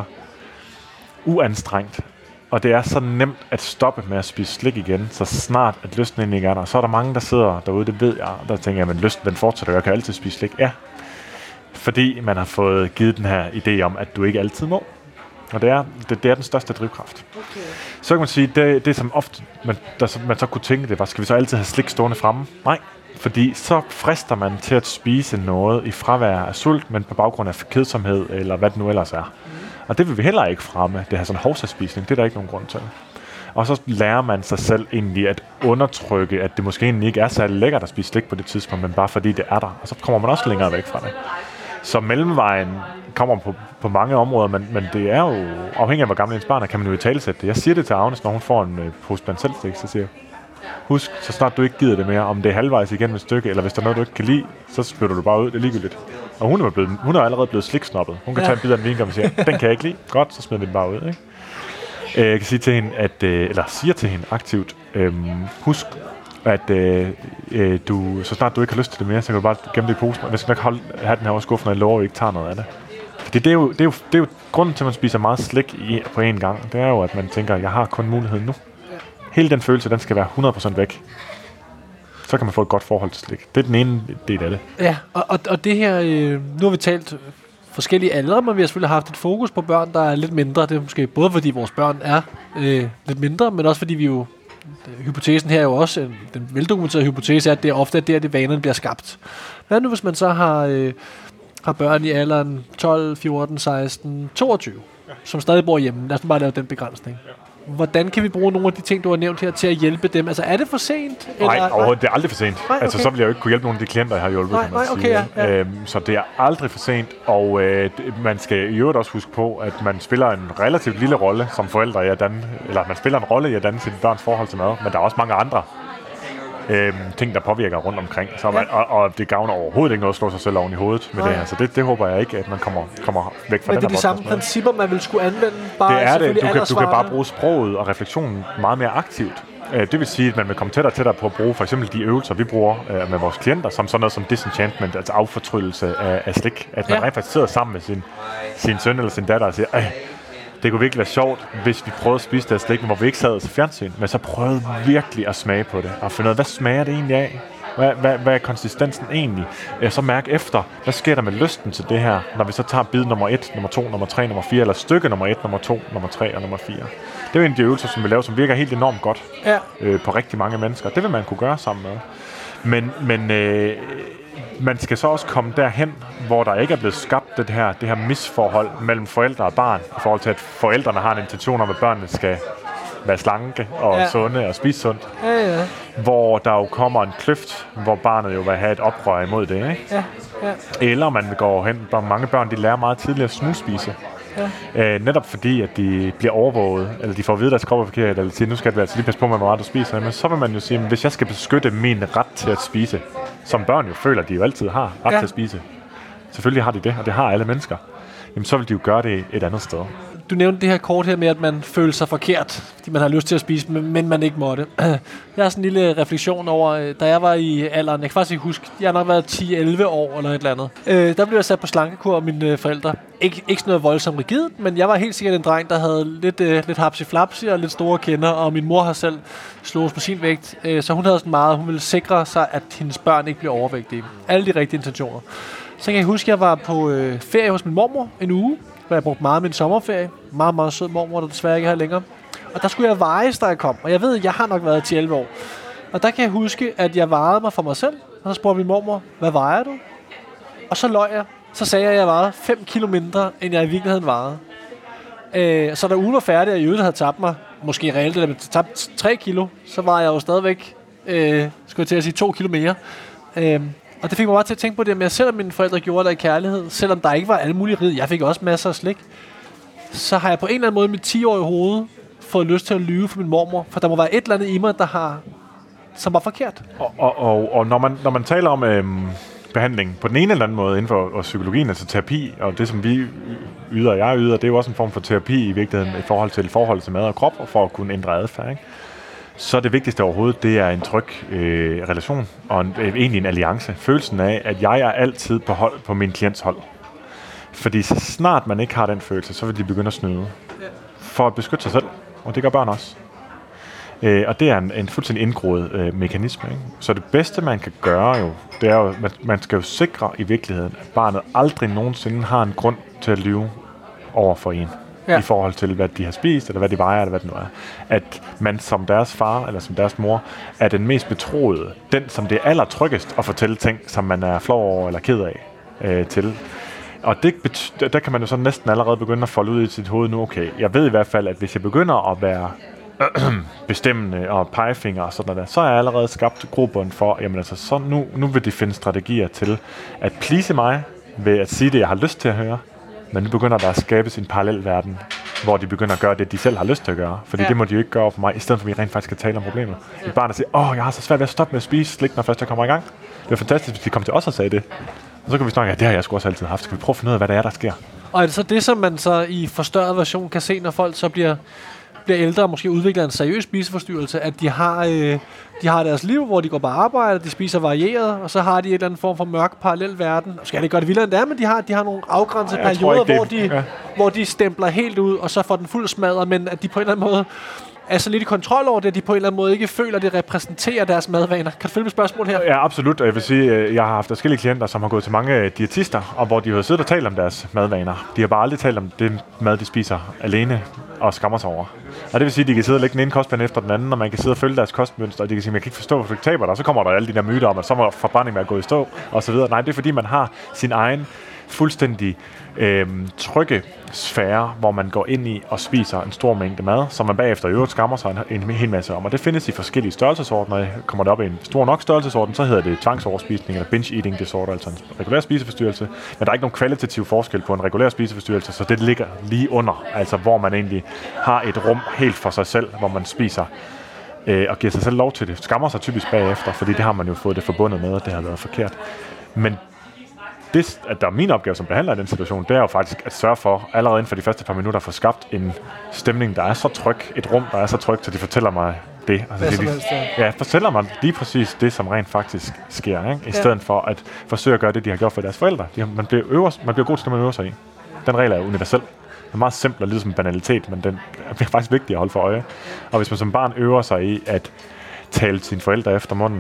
uanstrengt. Og det er så nemt at stoppe med at spise slik igen, så snart at lysten egentlig ikke er der. Så er der mange, der sidder derude, det ved jeg, der tænker jeg, men lysten den fortsætter, jeg kan altid spise slik. Ja, fordi man har fået givet den her idé om, at du ikke altid må. Og det er, det, det er den største drivkraft. Okay. Så kan man sige, det, det som ofte man, der, man så kunne tænke, det var, skal vi så altid have slik stående fremme? Nej, fordi så frister man til at spise noget i fravær af sult, men på baggrund af kedsomhed, eller hvad det nu ellers er. Mm. Og det vil vi heller ikke fremme, det her sådan hovsaspisning, det er der ikke nogen grund til. Og så lærer man sig selv egentlig at undertrykke, at det måske egentlig ikke er så lækkert at spise slik på det tidspunkt, men bare fordi det er der. Og så kommer man også længere væk fra det. Så mellemvejen kommer på, på mange områder, men, men det er jo afhængig af, hvor gammel ens barn er, kan man jo i talesætte det. Jeg siger det til Agnes, når hun får en øh, pose blandt selvstik, så siger jeg, husk, så snart du ikke gider det mere, om det er halvvejs igen et stykke, eller hvis der er noget, du ikke kan lide, så spytter du bare ud, det er ligegyldigt. Og hun er, blevet, hun er allerede blevet sliksnoppet. Hun kan ja. tage en bid af en vingum og sige, den kan jeg ikke lide. Godt, så smider vi den bare ud, ikke? Øh, jeg kan sige til hende, at, øh, eller siger til hende aktivt, øh, husk, at øh, øh, du, så snart du ikke har lyst til det mere, så kan du bare gemme det i posen, og jeg skal nok holde, have den her over skuffen, og jeg lover, at I ikke tager noget af det. Fordi det er jo, det er jo, det er jo grunden til, at man spiser meget slik i, på én gang, det er jo, at man tænker, at jeg har kun muligheden nu. Hele den følelse, den skal være hundrede procent væk. Så kan man få et godt forhold til slik. Det er den ene del af det. Ja, og, og, og det her, øh, nu har vi talt forskellige aldre, men vi har selvfølgelig haft et fokus på børn, der er lidt mindre. Det er måske både fordi vores børn er øh, lidt mindre, men også fordi vi jo, hypotesen her er jo også, en, den veldokumenterede hypotese er, at det er ofte der, det vanerne bliver skabt. Hvad nu, hvis man så har, øh, har børn i alderen tolv, fjorten, seksten, toogtyve, ja. Som stadig bor hjemme? Lad os bare lave den begrænsning. Ja. Hvordan kan vi bruge nogle af de ting, du har nævnt her, til at hjælpe dem? Altså, er det for sent? Eller? Nej, overhovedet. Det er aldrig for sent. Nej, okay. Altså, så vil jeg jo ikke kunne hjælpe nogle af de klienter, jeg har hjulpet. Nej, nej, okay, ja, ja. Øhm, så det er aldrig for sent, og øh, man skal i øvrigt også huske på, at man spiller en relativt lille rolle som forældre i at danne, eller man spiller en rolle i at danne sit børns forhold til mad, men der er også mange andre øh, ting, der påvirker rundt omkring. Så man, og, og det gavner overhovedet ikke noget at slå sig selv oven i hovedet med nej. Det her. Så det, det håber jeg ikke, at man kommer, kommer væk fra. Men det er de samme principper, man vil skulle anvende? Bare det er det. Du kan, du kan bare bruge sproget og refleksionen meget mere aktivt. Det vil sige, at man vil komme tættere og tættere på at bruge for eksempel de øvelser, vi bruger øh, med vores klienter, som sådan noget som disenchantment, altså affortryllelse af, af slik. At man ja. rent faktisk sidder sammen med sin, sin søn eller sin datter og siger, det kunne virkelig være sjovt, hvis vi prøvede at spise det slik, hvor vi ikke sad til fjernsyn, men så prøvede virkelig at smage på det, og finde ud af, hvad smager det egentlig af? Hvad, hvad, hvad er konsistensen egentlig? Jeg så mærke efter, hvad sker der med lysten til det her, når vi så tager bid nummer et, nummer to, nummer tre, nummer fire, eller stykke nummer et, nummer to, nummer tre og nummer fire. Det er jo en af de øvelser, som vi laver, som virker helt enormt godt ja. øh, på rigtig mange mennesker. Det vil man kunne gøre sammen med. Men, men øh, man skal så også komme derhen, hvor der ikke er blevet skabt det her, det her misforhold mellem forældre og barn, i forhold til, at forældrene har en intention om, at børnene skal være slanke og ja. sunde og spise sundt. Ja, ja. Hvor der jo kommer en kløft, hvor barnet jo vil have et oprør imod det, ikke? Ja, ja. Eller man går hen, hvor mange børn, de lærer meget tidligere at smugspise. Ja. Øh, netop fordi, at de bliver overvåget, eller de får at vide, at deres krop er forkert, eller siger, nu skal det altså lige passe på med, hvor meget du spiser. Men så vil man jo sige, at hvis jeg skal beskytte min ret til at spise, som børn jo føler, at de jo altid har ret ja. til at spise. Selvfølgelig har de det, og det har alle mennesker. Jamen, så vil de jo gøre det et andet sted. Du nævnte det her kort her med, at man føler sig forkert, fordi man har lyst til at spise, men man ikke måtte. Jeg har sådan en lille refleksion over, da jeg var i alderen, jeg kan faktisk ikke huske, jeg har nok været ti elleve år eller et eller andet. Øh, der blev jeg sat på slankekur af mine forældre. Ik- ikke sådan noget voldsomt rigidt, men jeg var helt sikkert en dreng, der havde lidt, øh, lidt hapsi-flapsi og lidt store kinder, og min mor har selv slået på sin vægt, øh, så hun havde sådan meget, hun ville sikre sig, at hendes børn ikke blev overvægtige. Alle de rigtige intentioner. Så kan jeg huske, at jeg var på øh, ferie hos min mormor en uge, hvor jeg brugte meget af min sommerferie. Meget, meget sød mormor, der desværre ikke har længere. Og der skulle jeg vejes, da jeg kom. Og jeg ved, at jeg har nok været ti elleve år. Og der kan jeg huske, at jeg vejede mig for mig selv. Og så spurgte min mormor, hvad vejer du? Og så løj jeg. Så sagde jeg, at jeg vejede fem kilo mindre, end jeg i virkeligheden vejede. Øh, så da ugen var færdig, og jeg havde tabt mig, måske reelt, eller tabt tre kilo, så var jeg jo stadigvæk, øh, skulle jeg til at sige, to kilo mere. Øh, Og det fik mig bare til at tænke på det med, at selvom mine forældre gjorde det i kærlighed, selvom der ikke var alle mulige rid, jeg fik også masser af slik, så har jeg på en eller anden måde i mit ti-årige hoved fået lyst til at lyve for min mormor, for der må være et eller andet i mig, der har, som var forkert. Og, og, og, og når, man, når man taler om øhm, behandling på den ene eller anden måde inden for og psykologien, altså terapi, og det som vi yder, og jeg yder, det er jo også en form for terapi i virkeligheden i forhold til forhold til mad og krop, og for at kunne ændre adfærd, ikke? Så det vigtigste overhovedet, det er en tryg øh, relation, og en, øh, egentlig en alliance. Følelsen af, at jeg er altid på, hold, på min klients hold. Fordi så snart man ikke har den følelse, så vil de begynde at snyde. For at beskytte sig selv, og det gør børn også. Øh, og det er en, en fuldstændig indgroet øh, mekanisme, ikke? Så det bedste, man kan gøre jo, det er jo, man, man skal jo sikre i virkeligheden, at barnet aldrig nogensinde har en grund til at lyve over for en. Ja. I forhold til, hvad de har spist, eller hvad de vejer, eller hvad det nu er. At man som deres far, eller som deres mor, er den mest betroede. Den, som det er allertryggest at fortælle ting, som man er flov over, eller ked af, øh, til. Og det bet- der kan man jo så næsten allerede begynde at folde ud i sit hoved nu, okay, jeg ved i hvert fald, at hvis jeg begynder at være bestemmende og pegefinger og sådan noget, så er jeg allerede skabt grobund for, jamen altså, så nu, nu vil de finde strategier til at please mig, ved at sige det, jeg har lyst til at høre. Men nu begynder der at skabes en parallel verden, hvor de begynder at gøre det, de selv har lyst til at gøre. Fordi ja. det må de jo ikke gøre for mig, i stedet for at vi rent faktisk skal tale om problemet. Et barn, der siger, åh, jeg har så svært ved at stoppe med at spise slik, når først jeg kommer i gang. Det er fantastisk, hvis de kommer til os og sagde det. Og så kan vi snakke, ja, det har jeg sgu også altid haft. Skal vi prøve at finde ud af, hvad der er, der sker? Og er det så det, som man så i forstørret version kan se, når folk så bliver, bliver ældre og måske udvikler en seriøs spiseforstyrrelse, at de har, øh, de har deres liv, hvor de går på arbejde, de spiser varieret, og så har de et eller andet form for mørk parallel verden. Nu skal jeg ikke gøre det vildere end det er, men de har, de har nogle afgrænsede ja, perioder, ikke, hvor, de, ja. hvor de stempler helt ud, og så får den fuld smadret, men at de på en eller anden måde er så lidt i kontrol over det, at de på en eller anden måde ikke føler, at det repræsenterer deres madvaner. Kan du følge med spørgsmål her? Ja, absolut. Jeg vil sige, jeg har haft forskellige klienter, som har gået til mange diætister, og hvor de har siddet og talt om deres madvaner. De har bare aldrig talt om det mad, de spiser alene og skammer sig over. Og det vil sige, at de kan sidde og lægge den ene kostplan efter den anden, og man kan sidde og følge deres kostmønster, og de kan sige, at jeg kan ikke forstå, hvorfor du taber dig. Og så kommer der alle de der myter om, at så må forbrænding være gået i stå, og så videre. Nej, det er fordi, man har sin egen fuldstændig øh, trygge sfære, hvor man går ind i og spiser en stor mængde mad, som man bagefter i øvrigt skammer sig en, en hel masse om. Og det findes i forskellige størrelsesordener. Kommer det op i en stor nok størrelsesorden, så hedder det tvangsoverspisning eller binge eating disorder, altså en regulær spiseforstyrrelse. Men der er ikke nogen kvalitativ forskel på en regulær spiseforstyrrelse, så det ligger lige under, altså hvor man egentlig har et rum helt for sig selv, hvor man spiser øh, og giver sig selv lov til det. Skammer sig typisk bagefter, fordi det har man jo fået det forbundet med, og det har været forkert. Men det, at der er min opgave som behandler i den situation, det er jo faktisk at sørge for, allerede inden for de første par minutter, at få skabt en stemning, der er så tryg, et rum, der er så trygt, så de fortæller mig det. Altså, det, de, ja, fortæller mig lige præcis det, som rent faktisk sker, ikke? I ja. stedet for at forsøge at gøre det, de har gjort for deres forældre. De har, man, bliver øver, man bliver god til det, man øver sig i. Den regel er universel. Den er meget simpel og lyder som en banalitet, men den er faktisk vigtig at holde for øje. Og hvis man som barn øver sig i at tale sine forældre efter munden,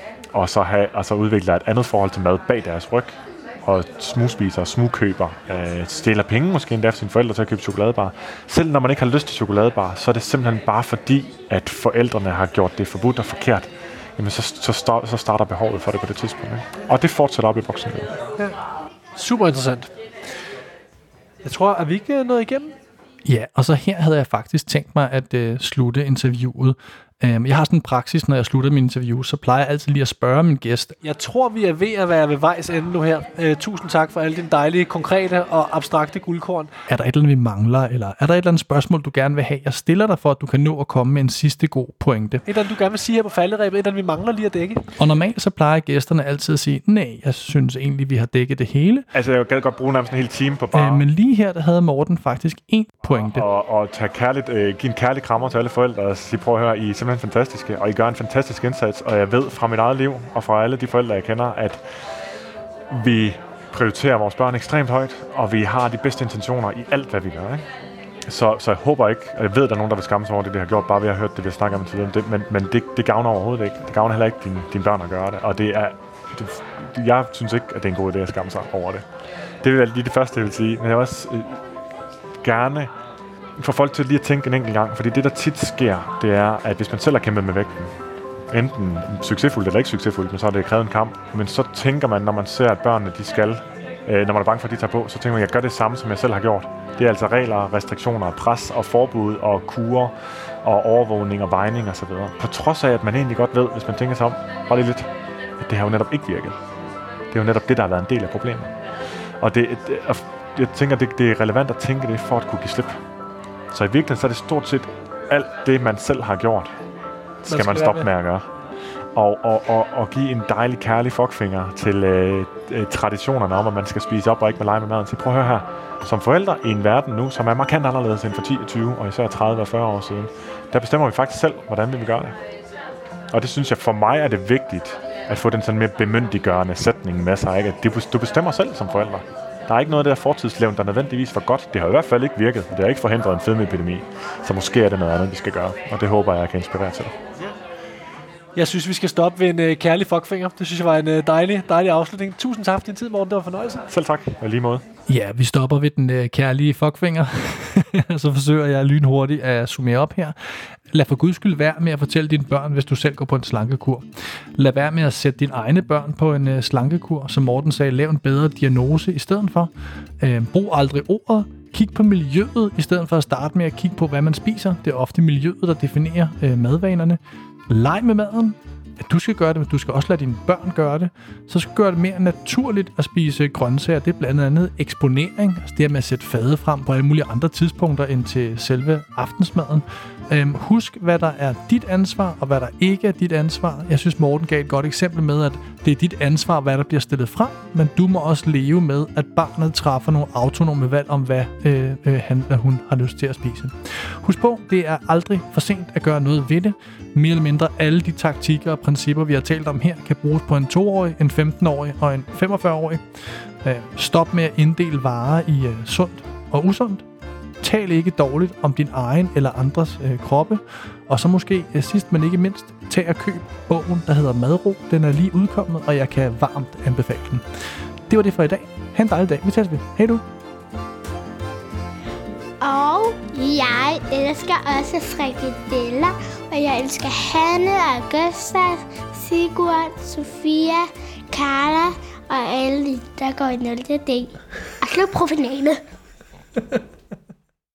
og så, have, og så udvikler et andet forhold til mad bag deres ryg, og smugspiser og smugkøber, øh, stjæler penge måske endda for sine forældre til at købe chokoladebar. Selv når man ikke har lyst til chokoladebar, så er det simpelthen bare fordi, at forældrene har gjort det forbudt og forkert. jamen så, så, start, så starter behovet for det på det tidspunkt. Ikke? Og det fortsætter op i boksen. Ja. Super interessant. Jeg tror, at vi ikke er nået igennem. Ja, og så her havde jeg faktisk tænkt mig at øh, slutte interviewet. Um, jeg har sådan en praksis, når jeg slutter min interview, så plejer jeg altid lige at spørge min gæst. Jeg tror, vi er ved at være ved vejs ende nu her. Uh, tusind tak for alle dine dejlige, konkrete og abstrakte guldkorn. Er der et eller andet, vi mangler, eller er der et eller andet spørgsmål, du gerne vil have? Jeg stiller dig for, at du kan nå at komme med en sidste god pointe. Et eller andet, du gerne vil sige her på falderæbet, et eller andet, vi mangler lige at dække. Og normalt så plejer gæsterne altid at sige, nej, jeg synes egentlig, vi har dækket det hele. Altså, jeg gad godt bruge nærmest en hel time på bare... Uh, men lige her, der havde Morten faktisk en pointe. Og, og tage kærligt, øh, give en kærlig krammer til alle forældre og sige, prøv at høre, I er simpelthen fantastiske, og I gør en fantastisk indsats, og jeg ved fra mit eget liv og fra alle de forældre, jeg kender, at vi prioriterer vores børn ekstremt højt, og vi har de bedste intentioner i alt, hvad vi gør. Ikke? Så, så jeg håber ikke, og jeg ved, at der er nogen, der vil skamme sig over det, vi har gjort, bare ved at have hørt det, vi har snakket om til dem, men, men det, det gavner overhovedet ikke. Det gavner heller ikke dine, dine børn at gøre det, og det er, det, jeg synes ikke, at det er en god idé at skamme sig over det. Det vil være lige det første, jeg vil sige, men jeg vil også øh, gerne få folk til lige at tænke en enkelt gang, fordi det, der tit sker, det er, at hvis man selv har kæmpet med vægten, enten succesfuldt eller ikke succesfuldt, men så er det krævet en kamp, men så tænker man, når man ser, at børnene de skal, øh, når man er bange for, at de tager på, så tænker man, jeg gør det samme, som jeg selv har gjort. Det er altså regler, restriktioner, pres og forbud og kurer og overvågning og vejning osv. På trods af, at man egentlig godt ved, hvis man tænker sig om, bare lige lidt, at det har jo netop ikke virket. Det er jo netop det, der har været en del af problemet. Og det, det, jeg tænker, det, det er relevant at tænke det, for at kunne give slip. Så i virkeligheden så er det stort set alt det, man selv har gjort, skal man, skal man stoppe med at gøre. Og, og, og, og give en dejlig, kærlig fuckfinger til øh, øh, traditionerne om, at man skal spise op og ikke med lege med maden. Så prøv at høre her. Som forældre i en verden nu, som er markant anderledes end for ti, tyve og især tredive og fyrre år siden, der bestemmer vi faktisk selv, hvordan vi vil gøre det. Og det synes jeg, for mig er det vigtigt at få den sådan mere bemyndiggørende sætning med sig. Ikke? At du bestemmer selv som forældre. Der er ikke noget af det der fortidslevn, der nødvendigvis var godt. Det har i hvert fald ikke virket. Det har ikke forhindret en fedmeepidemi. Så måske er det noget andet, vi skal gøre. Og det håber jeg, jeg kan inspirere til. Jeg synes, vi skal stoppe ved en uh, kærlig fuckfinger. Det synes jeg var en uh, dejlig, dejlig afslutning. Tusind tak for din tid, Morten. Det var fornøjelse. Selv tak. Og lige måde. Ja, vi stopper ved den øh, kærlige fuckfinger. Så forsøger jeg lynhurtigt at summere op her. Lad for guds skyld være med at fortælle dine børn, hvis du selv går på en slankekur. Lad være med at sætte dine egne børn på en øh, slankekur. Som Morten sagde, lav en bedre diagnose i stedet for. Øh, brug aldrig ordet. Kig på miljøet, i stedet for at starte med at kigge på, hvad man spiser. Det er ofte miljøet, der definerer øh, madvanerne. Leg med maden. Du skal gøre det, men du skal også lade dine børn gøre det. Så skal du gøre det mere naturligt at spise grøntsager. Det er blandt andet eksponering. Altså det med at sætte fadet frem på alle mulige andre tidspunkter end til selve aftensmaden. Øhm, husk, hvad der er dit ansvar, og hvad der ikke er dit ansvar. Jeg synes, Morten gav et godt eksempel med, at det er dit ansvar, hvad der bliver stillet frem, men du må også leve med, at barnet træffer nogle autonome valg om, hvad øh, øh, han eller hun har lyst til at spise. Husk på, det er aldrig for sent at gøre noget ved det. Mere eller mindre alle de taktikker og principper, vi har talt om her, kan bruges på en toårig, en femten-årig og en femogfyrre-årig. Øh, stop med at inddele varer i øh, sundt og usundt. Tal ikke dårligt om din egen eller andres øh, kroppe. Og så måske øh, sidst, men ikke mindst, tag og køb bogen, der hedder Madro. Den er lige udkommet, og jeg kan varmt anbefale den. Det var det for i dag. Ha' en dejlig dag. Vi ses ved. Hej du. Og jeg elsker også frikadeller, og jeg elsker Hanne og Gustav, Sigurd, Sofia, Carla og alle, der går i nul D. Og slå profinalet.